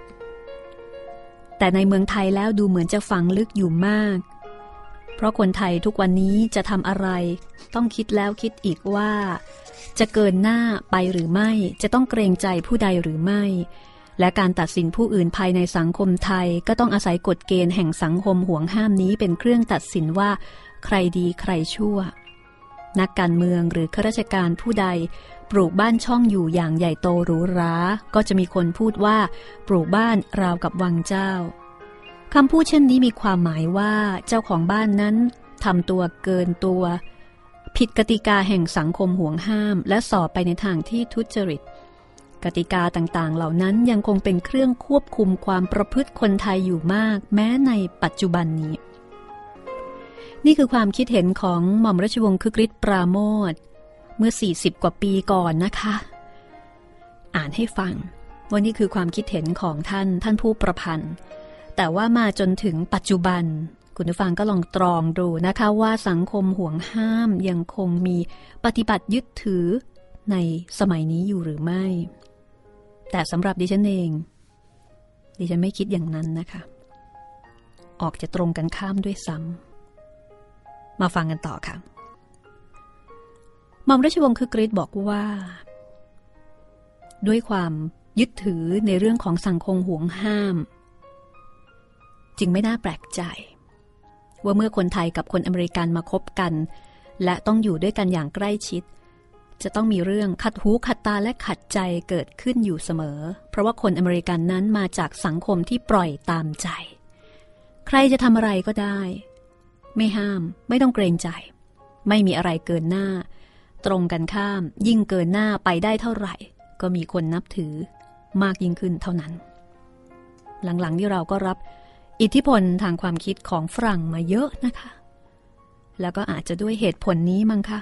แต่ในเมืองไทยแล้วดูเหมือนจะฝังลึกอยู่มากเพราะคนไทยทุกวันนี้จะทำอะไรต้องคิดแล้วคิดอีกว่าจะเกินหน้าไปหรือไม่จะต้องเกรงใจผู้ใดหรือไม่และการตัดสินผู้อื่นภายในสังคมไทยก็ต้องอาศัยกฎเกณฑ์แห่งสังคมห่วงห้ามนี้เป็นเครื่องตัดสินว่าใครดีใครชั่วนักการเมืองหรือข้าราชการผู้ใดปลูกบ้านช่องอยู่อย่างใหญ่โตหรูหราก็จะมีคนพูดว่าปลูกบ้านราวกับวังเจ้าคำพูดเช่นนี้มีความหมายว่าเจ้าของบ้านนั้นทำตัวเกินตัวผิดกติกาแห่งสังคมห่วงห้ามและส่อไปในทางที่ทุจริตกติกาต่างๆเหล่านั้นยังคงเป็นเครื่องควบคุมความประพฤติคนไทยอยู่มากแม้ในปัจจุบันนี้นี่คือความคิดเห็นของหม่อมราชวงศ์คึกฤทธิ์ปราโมทเมื่อ40กว่าปีก่อนนะคะอ่านให้ฟังว่านี่คือความคิดเห็นของท่านผู้ประพันธ์แต่ว่ามาจนถึงปัจจุบันคุณผู้ฟังก็ลองตรองดูนะคะว่าสังคมห่วงห้ามยังคงมีปฏิบัติยึดถือในสมัยนี้อยู่หรือไม่แต่สำหรับดิฉันเองดิฉันไม่คิดอย่างนั้นนะคะออกจะตรงกันข้ามด้วยซ้ำมาฟังกันต่อค่ะหม่อมราชวงศ์คึกฤทธิ์บอกว่าด้วยความยึดถือในเรื่องของสังคมห่วงห้ามจึงไม่น่าแปลกใจว่าเมื่อคนไทยกับคนอเมริกันมาคบกันและต้องอยู่ด้วยกันอย่างใกล้ชิดจะต้องมีเรื่องขัดหูขัดตาและขัดใจเกิดขึ้นอยู่เสมอเพราะว่าคนอเมริกันนั้นมาจากสังคมที่ปล่อยตามใจใครจะทำอะไรก็ได้ไม่ห้ามไม่ต้องเกรงใจไม่มีอะไรเกินหน้าตรงกันข้ามยิ่งเกินหน้าไปได้เท่าไหร่ก็มีคนนับถือมากยิ่งขึ้นเท่านั้นหลังๆที่เราก็รับอิทธิพลทางความคิดของฝรั่งมาเยอะนะคะแล้วก็อาจจะด้วยเหตุผลนี้มั้งคะ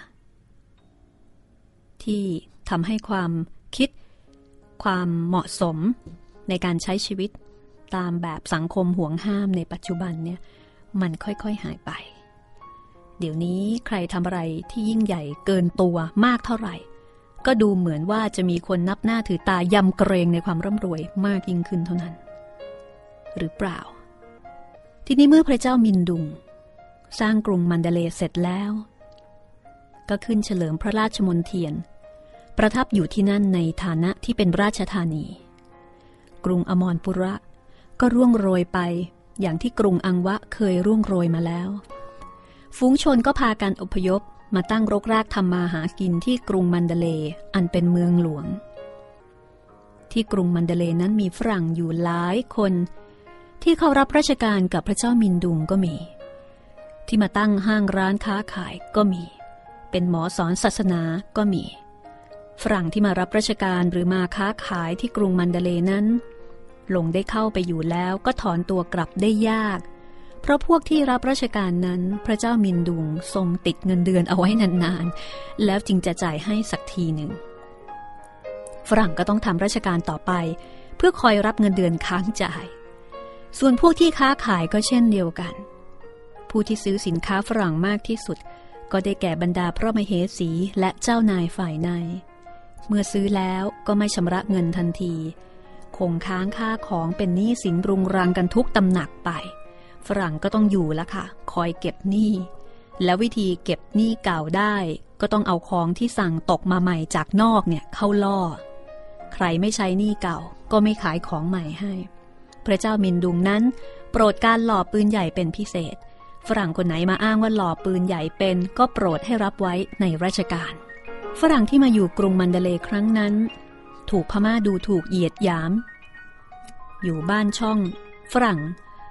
ที่ทำให้ความคิดความเหมาะสมในการใช้ชีวิตตามแบบสังคมห่วงห้ามในปัจจุบันเนี่ยมันค่อยๆหายไปเดี๋ยวนี้ใครทำอะไรที่ยิ่งใหญ่เกินตัวมากเท่าไหร่ก็ดูเหมือนว่าจะมีคนนับหน้าถือตายำเกรงในความร่ำรวยมากยิ่งขึ้นเท่านั้นหรือเปล่าทีนี้เมื่อพระเจ้ามินดุงสร้างกรุงมันเดเลย์เสร็จแล้วก็ขึ้นเฉลิมพระราชมณฑียนประทับอยู่ที่นั่นในฐานะที่เป็นราชธานีกรุงอมรปุระก็ร่วงโรยไปอย่างที่กรุงอังวะเคยร่วงโรยมาแล้วฝูงชนก็พากันอพยพมาตั้งรกรากทำมาหากินที่กรุงมันเดเลย์อันเป็นเมืองหลวงที่กรุงมันเดเลย์นั้นมีฝรั่งอยู่หลายคนที่เข้ารับราชการกับพระเจ้ามินดุงก็มีที่มาตั้งห้างร้านค้าขายก็มีเป็นหมอสอนศาสนาก็มีฝรั่งที่มารับราชการหรือมาค้าขายที่กรุงมันเดเลย์นั้นลงได้เข้าไปอยู่แล้วก็ถอนตัวกลับได้ยากเพราะพวกที่รับราชการนั้นพระเจ้ามินดุงทรงติดเงินเดือนเอาไว้นานๆแล้วจึงจะจ่ายให้สักทีหนึ่งฝรั่งก็ต้องทำราชการต่อไปเพื่อคอยรับเงินเดือนค้างจ่ายส่วนพวกที่ค้าขายก็เช่นเดียวกันผู้ที่ซื้อสินค้าฝรั่งมากที่สุดก็ได้แก่บรรดาพระมเหสีและเจ้านายฝ่ายในเมื่อซื้อแล้วก็ไม่ชำระเงินทันทีคงค้างค่าของเป็นหนี้สินรุงรังกันทุกตำหนักไปฝรั่งก็ต้องอยู่ละค่ะคอยเก็บหนี้แล้ววิธีเก็บหนี้เก่าได้ก็ต้องเอาของที่สั่งตกมาใหม่จากนอกเนี่ยเข้าล่อใครไม่ใช้หนี้เก่าก็ไม่ขายของใหม่ให้พระเจ้ามินดุงนั้นโปรดการหล่อปืนใหญ่เป็นพิเศษฝรั่งคนไหนมาอ้างว่าหล่อปืนใหญ่เป็นก็โปรดให้รับไว้ในราชการฝรั่งที่มาอยู่กรุงมันเดเลย์ครั้งนั้นถูกพม่าดูถูกเหยียดหยามอยู่บ้านช่องฝรั่ง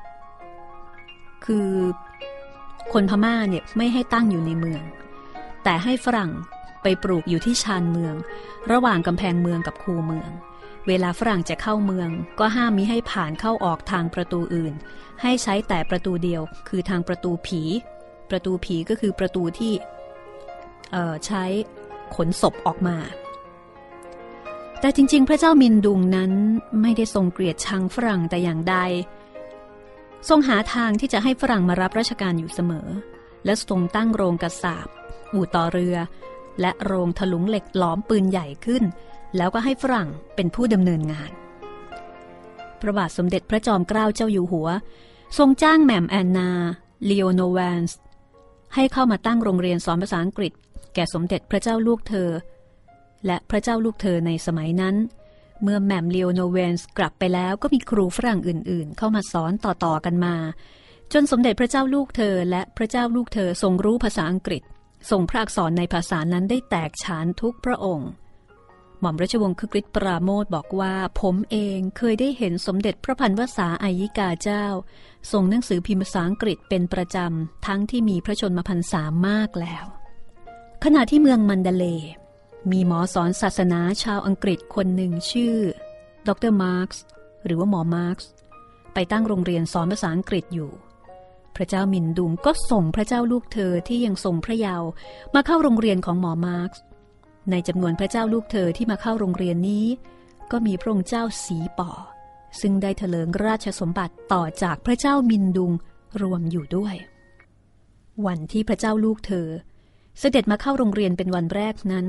คือคนพม่าเนี่ยไม่ให้ตั้งอยู่ในเมืองแต่ให้ฝรั่งไปปลูกอยู่ที่ชานเมืองระหว่างกำแพงเมืองกับคูเมืองเวลาฝรั่งจะเข้าเมืองก็ห้ามมิให้ผ่านเข้าออกทางประตูอื่นให้ใช้แต่ประตูเดียวคือทางประตูผีประตูผีก็คือประตูที่ใช้ขนศพออกมาแต่จริงๆพระเจ้ามินดุงนั้นไม่ได้ทรงเกลียดชังฝรั่งแต่อย่างใดทรงหาทางที่จะให้ฝรั่งมารับราชการอยู่เสมอและทรงตั้งโรงกระสาบอู่ต่อเรือและโรงถลุงเหล็กหลอมปืนใหญ่ขึ้นแล้วก็ให้ฝรั่งเป็นผู้ดำเนินงานพระบาทสมเด็จพระจอมเกล้าเจ้าอยู่หัวทรงจ้างแหม่มแอนนาลีโอโนแวนส์ให้เข้ามาตั้งโรงเรียนสอนภาษาอังกฤษแก่สมเด็จพระเจ้าลูกเธอและพระเจ้าลูกเธอในสมัยนั้นเมื่อแหม่มลีโอโนแวนส์กลับไปแล้วก็มีครูฝรั่งอื่นๆเข้ามาสอนต่อๆกันมาจนสมเด็จพระเจ้าลูกเธอและพระเจ้าลูกเธอทรงรู้ภาษาอังกฤษทรงพระอักษรในภาษานั้นได้แตกฉานทุกพระองค์หม่อมราชวงศ์คึกฤทธิ์ปราโมทย์บอกว่าผมเองเคยได้เห็นสมเด็จพระพันวษาอัยยิกาเจ้าส่งหนังสือพิมพ์ภาษาอังกฤษเป็นประจำทั้งที่มีพระชนมพรรษามากแล้วขณะที่เมืองมันเดเลย์มีหมอสอนศาสนาชาวอังกฤษคนหนึ่งชื่อดร.มาร์กส์หรือว่าหมอมาร์กส์ไปตั้งโรงเรียนสอนภาษาอังกฤษอยู่พระเจ้ามินดุงก็ส่งพระเจ้าลูกเธอที่ยังทรงพระเยาว์มาเข้าโรงเรียนของหมอมาร์กส์ในจำนวนพระเจ้าลูกเธอที่มาเข้าโรงเรียนนี้ก็มีพระองค์เจ้าสีป่อซึ่งได้เถลิงราชสมบัติต่อจากพระเจ้ามินดุงรวมอยู่ด้วยวันที่พระเจ้าลูกเธอเสด็จมาเข้าโรงเรียนเป็นวันแรกนั้น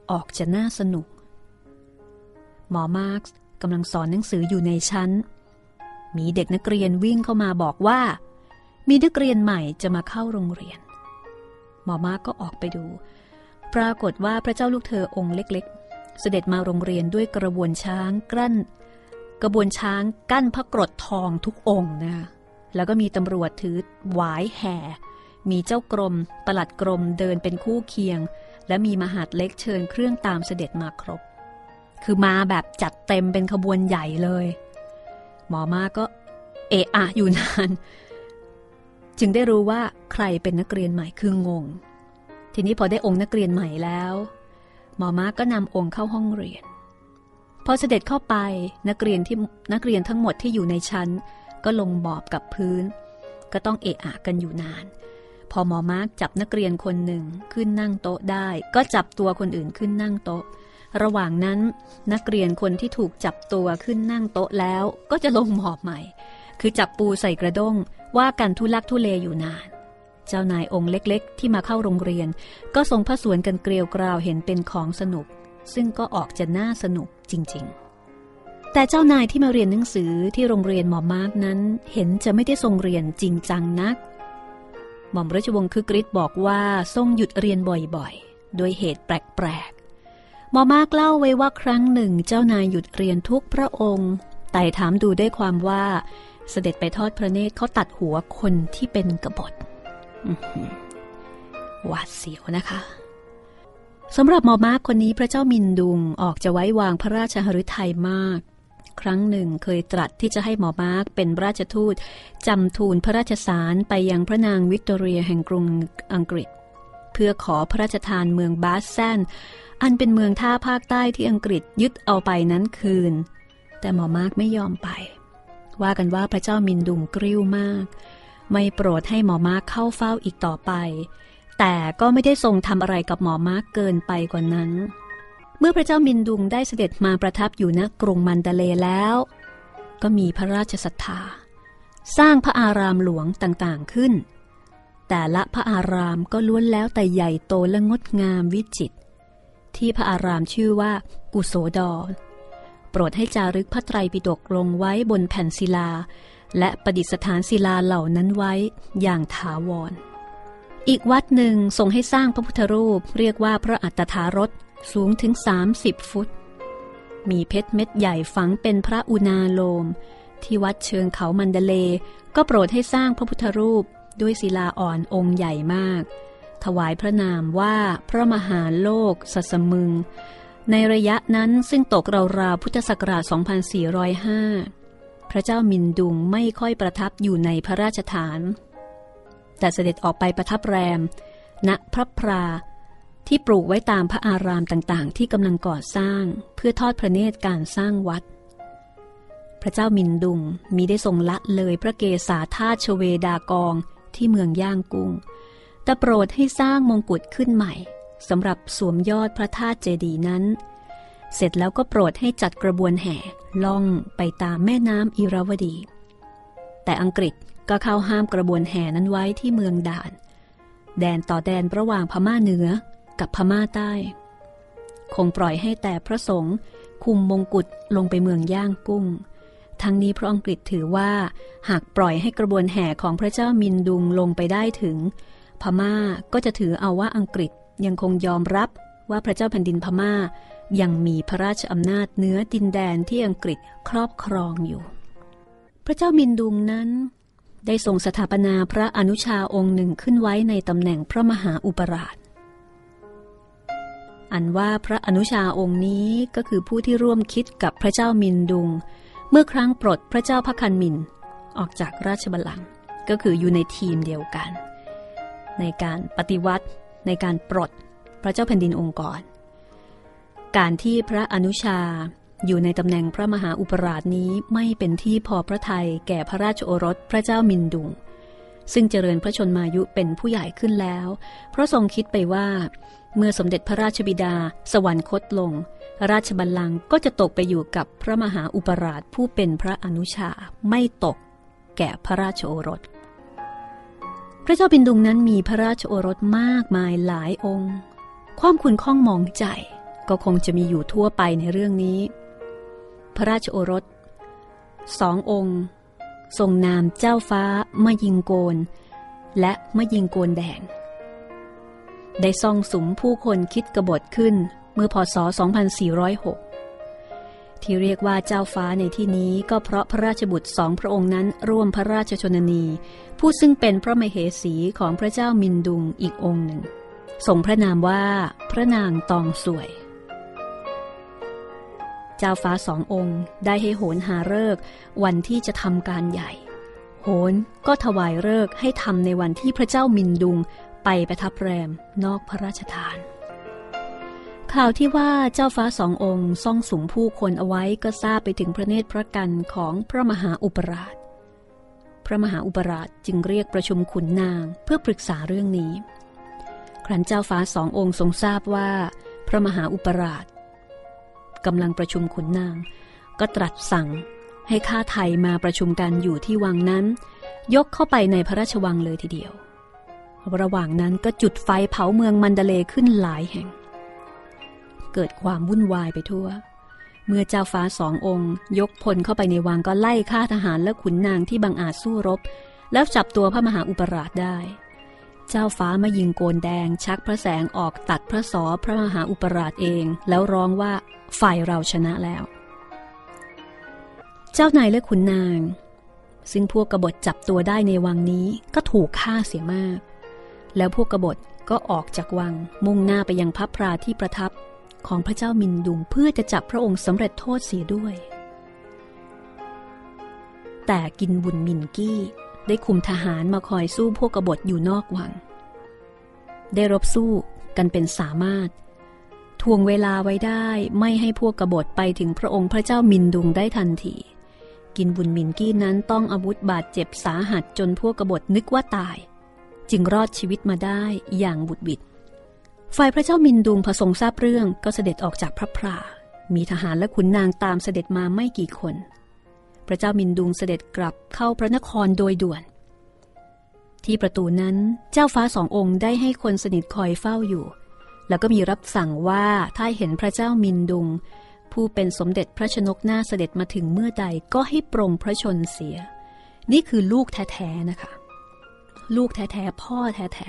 ออกจะน่าสนุกหมอมาร์คกำลังสอนหนังสืออยู่ในชั้นมีเด็กนักเรียนวิ่งเข้ามาบอกว่ามีนักเรียนใหม่จะมาเข้าโรงเรียนหมอมาร์คก็ออกไปดูปรากฏว่าพระเจ้าลูกเธอองค์เล็กๆเสด็จมาโรงเรียนด้วยกระบวนช้างกั้นพระกรดทองทุกองค์นะคะแล้วก็มีตำรวจถือหวายแห่มีเจ้ากรมปลัดกรมเดินเป็นคู่เคียงและมีมหาดเล็กเชิญเครื่องตามเสด็จมาครบคือมาแบบจัดเต็มเป็นขบวนใหญ่เลยหมอมาก็เอะอะอยู่นานจึงได้รู้ว่าใครเป็นนักเรียนใหม่คืองงทีนี้พอได้องค์นักเรียนใหม่แล้วหมอมาก็นำองค์เข้าห้องเรียนพอเสด็จเข้าไปนักเรียนทั้งหมดที่อยู่ในชั้นก็ลงหมอบกับพื้นก็ต้องเอะอะกันอยู่นานพอหมอมาร์คจับนักเรียนคนหนึ่งขึ้นนั่งโต๊ะได้ก็จับตัวคนอื่นขึ้นนั่งโต๊ะระหว่างนั้นนักเรียนคนที่ถูกจับตัวขึ้นนั่งโต๊ะแล้วก็จะลงหมอบใหม่คือจับปูใส่กระด้งว่ากันทุลักทุเลอยู่นานเจ้านายองค์เล็กๆที่มาเข้าโรงเรียนก็ทรงพระสวนกันเกลียวกราวเห็นเป็นของสนุกซึ่งก็ออกจะน่าสนุกจริงๆแต่เจ้านายที่มาเรียนหนังสือที่โรงเรียนหมอมาร์กนั้นเห็นจะไม่ได้ทรงเรียนจริงจังนักหม่อมราชวงศ์คึกฤทธิ์บอกว่าทรงหยุดเรียนบ่อยๆโดยเหตุแปลกๆหมอมาร์กเล่าไว้ว่าครั้งหนึ่งเจ้านายหยุดเรียนทุกพระองค์ไต่ถามดูด้วยความว่าเสด็จไปทอดพระเนตรเขาตัดหัวคนที่เป็นกบฏหวาดเสียวนะคะสำหรับหมอมาร์คคนนี้พระเจ้ามินดุงออกจะไว้วางพระราชหฤทัยมากครั้งหนึ่งเคยตรัสที่จะให้หมอมาร์คเป็นราชทูตจำทูลพระราชสารไปยังพระนางวิกตอเรียแห่งกรุงอังกฤษเพื่อขอพระราชทานเมืองบาสแซนอันเป็นเมืองท่าภาคใต้ที่อังกฤษยึดเอาไปนั้นคืนแต่หมอมาร์คไม่ยอมไปว่ากันว่าพระเจ้ามินดุงกริ้วมากไม่โปรดให้หมอมาร์คเข้าเฝ้าอีกต่อไปแต่ก็ไม่ได้ทรงทำอะไรกับหมอมาร์คเกินไปกว่านั้นเมื่อพระเจ้ามินดุงได้เสด็จมาประทับอยู่ณกรุงมันดาเลย์แล้วก็มีพระราชศรัทธาสร้างพระอารามหลวงต่างๆขึ้นแต่ละพระอารามก็ล้วนแล้วแต่ใหญ่โตและงดงามวิจิตรที่พระอารามชื่อว่ากุโสดรโปรดให้จารึกพระไตรปิฎกลงไว้บนแผ่นศิลาและประดิษฐานศิลาเหล่านั้นไว้อย่างถาวรอีกวัดหนึ่งทรงให้สร้างพระพุทธรูปเรียกว่าพระอัฏฐารถสูงถึง30 ฟุตมีเพชรเม็ดใหญ่ฝังเป็นพระอุณาโลมที่วัดเชิงเขามันดาเลก็โปรดให้สร้างพระพุทธรูปด้วยศิลาอ่อนองค์ใหญ่มากถวายพระนามว่าพระมหาโลกสัสมึงในระยะนั้นซึ่งตกราวๆพุทธศักราช 2405 พระเจ้ามินดุงไม่ค่อยประทับอยู่ในพระราชฐานแต่เสด็จออกไปประทับแรมณพระพราที่ปลูกไว้ตามพระอารามต่างๆที่กำลังก่อสร้างเพื่อทอดพระเนตรการสร้างวัดพระเจ้ามินดุงมิได้ทรงละเลยพระเกศาธาตุชเวดากองที่เมืองย่างกุ้งแต่โปรดให้สร้างมงกุฎขึ้นใหม่สำหรับสวมยอดพระธาตุเจดีย์นั้นเสร็จแล้วก็โปรดให้จัดกระบวนแห่ล่องไปตามแม่น้ำอิราวดีแต่อังกฤษก็เข้าห้ามกระบวนแห่นั้นไว้ที่เมืองด่านแดนต่อแดนระหว่างพม่าเหนือกับพม่าใต้คงปล่อยให้แต่พระสงฆ์คุมมงกุฎลงไปเมืองย่างกุ้งทั้งนี้เพราะอังกฤษถือว่าหากปล่อยให้กระบวนแห่ของพระเจ้ามินดุงลงไปได้ถึงพม่าก็จะถือเอาว่าอังกฤษยังคงยอมรับว่าพระเจ้าแผ่นดินพม่ายังมีพระราชอำนาจเหนือดินแดนที่อังกฤษครอบครองอยู่พระเจ้ามินดุงนั้นได้ทรงสถาปนาพระอนุชาองค์หนึ่งขึ้นไว้ในตำแหน่งพระมหาอุปราชอันว่าพระอนุชาองค์นี้ก็คือผู้ที่ร่วมคิดกับพระเจ้ามินดุงเมื่อครั้งปลดพระเจ้าพระคันมินออกจากราชบัลลังก์ก็คืออยู่ในทีมเดียวกันในการปฏิวัติในการปลดพระเจ้าแผ่นดินองค์ก่อนการที่พระอนุชาอยู่ในตำแหน่งพระมหาอุปราชนี้ไม่เป็นที่พอพระทัยแก่พระราชโอรสพระเจ้ามินดุงซึ่งเจริญพระชนมายุเป็นผู้ใหญ่ขึ้นแล้วเพราะทรงคิดไปว่าเมื่อสมเด็จพระราชบิดาสวรรคตลงราชบัลลังก์ก็จะตกไปอยู่กับพระมหาอุปราชผู้เป็นพระอนุชาไม่ตกแก่พระราชโอรสพระเจ้ามินดุงนั้นมีพระราชโอรสมากมายหลายองค์ความขุ่นข้องหมองใจก็คงจะมีอยู่ทั่วไปในเรื่องนี้พระราชโอรส2 องค์ทรงนามเจ้าฟ้ามยิงโกลและมยิงโกลแดงได้ซ่องสุมผู้คนคิดกบฏขึ้นเมื่อพ.ศ. 2406ที่เรียกว่าเจ้าฟ้าในที่นี้ก็เพราะพระราชบุตร2 พระองค์นั้นร่วมพระราชชนนีผู้ซึ่งเป็นพระมเหสีของพระเจ้ามินดุงอีกองค์หนึ่งทรงพระนามว่าพระนางตองสวยเจ้าฟ้า2 องค์ได้ให้โหรหาฤกษ์วันที่จะทำการใหญ่โหรก็ถวายฤกษ์ให้ทำในวันที่พระเจ้ามินดุงไปประทับแรมนอกพระราชฐานข่าวที่ว่าเจ้าฟ้า2 องค์ซ่องสุมผู้คนเอาไว้ก็ทราบไปถึงพระเนตรพระกันของพระมหาอุปราชพระมหาอุปราชจึงเรียกประชุมขุนนางเพื่อปรึกษาเรื่องนี้ครั้นเจ้าฟ้า2 องค์ทรงทราบว่าพระมหาอุปราชกำลังประชุมขุนนางก็ตรัสสั่งให้ข้าไทยมาประชุมกันอยู่ที่วังนั้นยกเข้าไปในพระราชวังเลยทีเดียวระหว่างนั้นก็จุดไฟเผาเมืองมันเดเลย์ขึ้นหลายแห่งเกิดความวุ่นวายไปทั่วเมื่อเจ้าฟ้า2 องค์ยกพลเข้าไปในวังก็ไล่ฆ่าทหารและขุนนางที่บังอาจสู้รบแล้วจับตัวพระมหาอุปราชได้เจ้าฟ้ามยิงโกลแดงชักพระแสงออกตัดพระศรพระมหาอุปราชเองแล้วร้องว่าฝ่ายเราชนะแล้วเจ้านายและขุนนางซึ่งพวกกบฏจับตัวได้ในวังนี้ก็ถูกฆ่าเสียมากแล้วพวกกบฏก็ออกจากวังมุ่งหน้าไปยังพระพราที่ประทับของพระเจ้ามินดุงเพื่อจะจับพระองค์สำเร็จโทษเสียด้วยแต่กินบุญมินกี้ได้คุมทหารมาคอยสู้พวกกบฏอยู่นอกวังได้รบสู้กันเป็นสามารถทวงเวลาไว้ได้ไม่ให้พวกกบฏไปถึงพระองค์พระเจ้ามินดุงได้ทันทีกินบุญมินกี้นั้นต้องอาวุธบาดเจ็บสาหัสจนพวกกบฏนึกว่าตายจึงรอดชีวิตมาได้อย่างบุดหวิดฝ่ายพระเจ้ามินดุงพอทรงทราบเรื่องก็เสด็จออกจากพระพรามีทหารและขุนนางตามเสด็จมาไม่กี่คนพระเจ้ามินดุงเสด็จกลับเข้าพระนครโดยด่วนที่ประตูนั้นเจ้าฟ้า2 องค์ได้ให้คนสนิทคอยเฝ้าอยู่แล้วก็มีรับสั่งว่าถ้าเห็นพระเจ้ามินดุงผู้เป็นสมเด็จพระชนกนาถเสด็จมาถึงเมื่อใดก็ให้ปรงพระชนเสียนี่คือลูกแท้ๆนะคะลูกแท้ๆพ่อแท้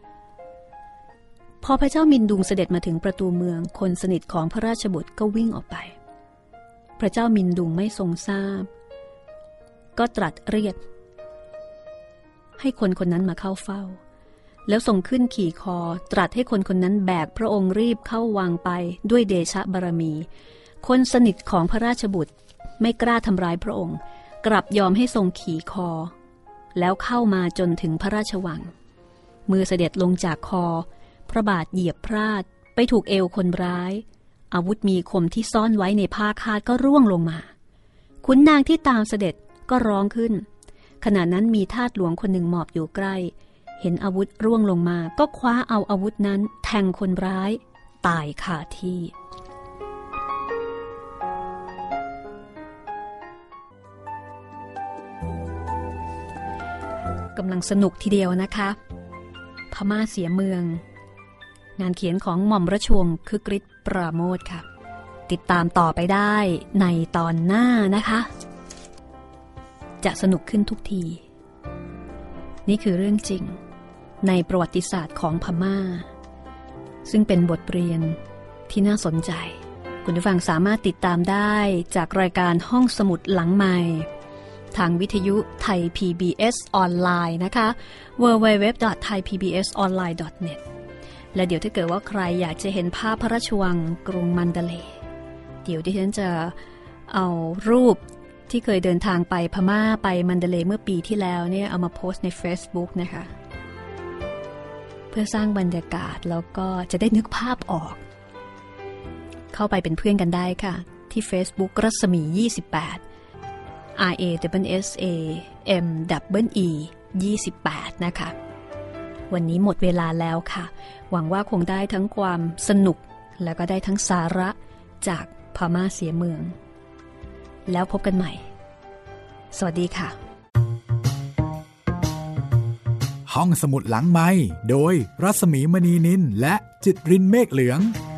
ๆพอพระเจ้ามินดุงเสด็จมาถึงประตูเมืองคนสนิทของพระราชบุตรก็วิ่งออกไปพระเจ้ามินดุงไม่ทรงทราบก็ตรัสเรียกให้คนคนนั้นมาเข้าเฝ้าแล้วทรงขึ้นขี่คอตรัสให้คนคนนั้นแบกพระองค์รีบเข้าวังไปด้วยเดชะบารมีคนสนิทของพระราชบุตรไม่กล้าทำร้ายพระองค์กลับยอมให้ทรงขี่คอแล้วเข้ามาจนถึงพระราชวังมือเสด็จลงจากคอพระบาทเหยียบพลาดไปถูกเอวคนร้ายอาวุธมีคมที่ซ่อนไว้ในผ้าคาดก็ร่วงลงมาขุนนางที่ตามเสด็จก็ร้องขึ้นขณะนั้นมีทาสหลวงคนหนึ่งหมอบอยู่ใกล้เห็นอาวุธร่วงลงมาก็คว้าเอาอาวุธนั้นแทงคนร้ายตายคาที่กำลังสนุกทีเดียวนะคะพม่าเสียเมืองงานเขียนของหม่อมราชวงศ์คึกฤทธิ์ปราโมทย์ค่ะติดตามต่อไปได้ในตอนหน้านะคะจะสนุกขึ้นทุกทีนี่คือเรื่องจริงในประวัติศาสตร์ของพม่าซึ่งเป็นบทเรียนที่น่าสนใจคุณผู้ฟังสามารถติดตามได้จากรายการห้องสมุดหลังใหม่ทางวิทยุไทย PBS ออนไลน์นะคะ www.thaipbsonline.net และเดี๋ยวถ้าเกิดว่าใครอยากจะเห็นภาพพระราชวังกรุงมันเดเลย์เดี๋ยวดิฉันจะเอารูปที่เคยเดินทางไปพม่าไปมันเดเลย์เมื่อปีที่แล้วเนี่ยเอามาโพสต์ใน Facebook นะคะเพื่อสร้างบรรยากาศแล้วก็จะได้นึกภาพออกเข้าไปเป็นเพื่อนกันได้ค่ะที่ Facebook รัศมี 28 RASSAMEE 28นะคะวันนี้หมดเวลาแล้วค่ะหวังว่าคงได้ทั้งความสนุกแล้วก็ได้ทั้งสาระจากพม่าเสียเมืองแล้วพบกันใหม่สวัสดีค่ะห้องสมุดหลังไมค์โดยรัศมีมณีนินและจิตรินเมฆเหลือง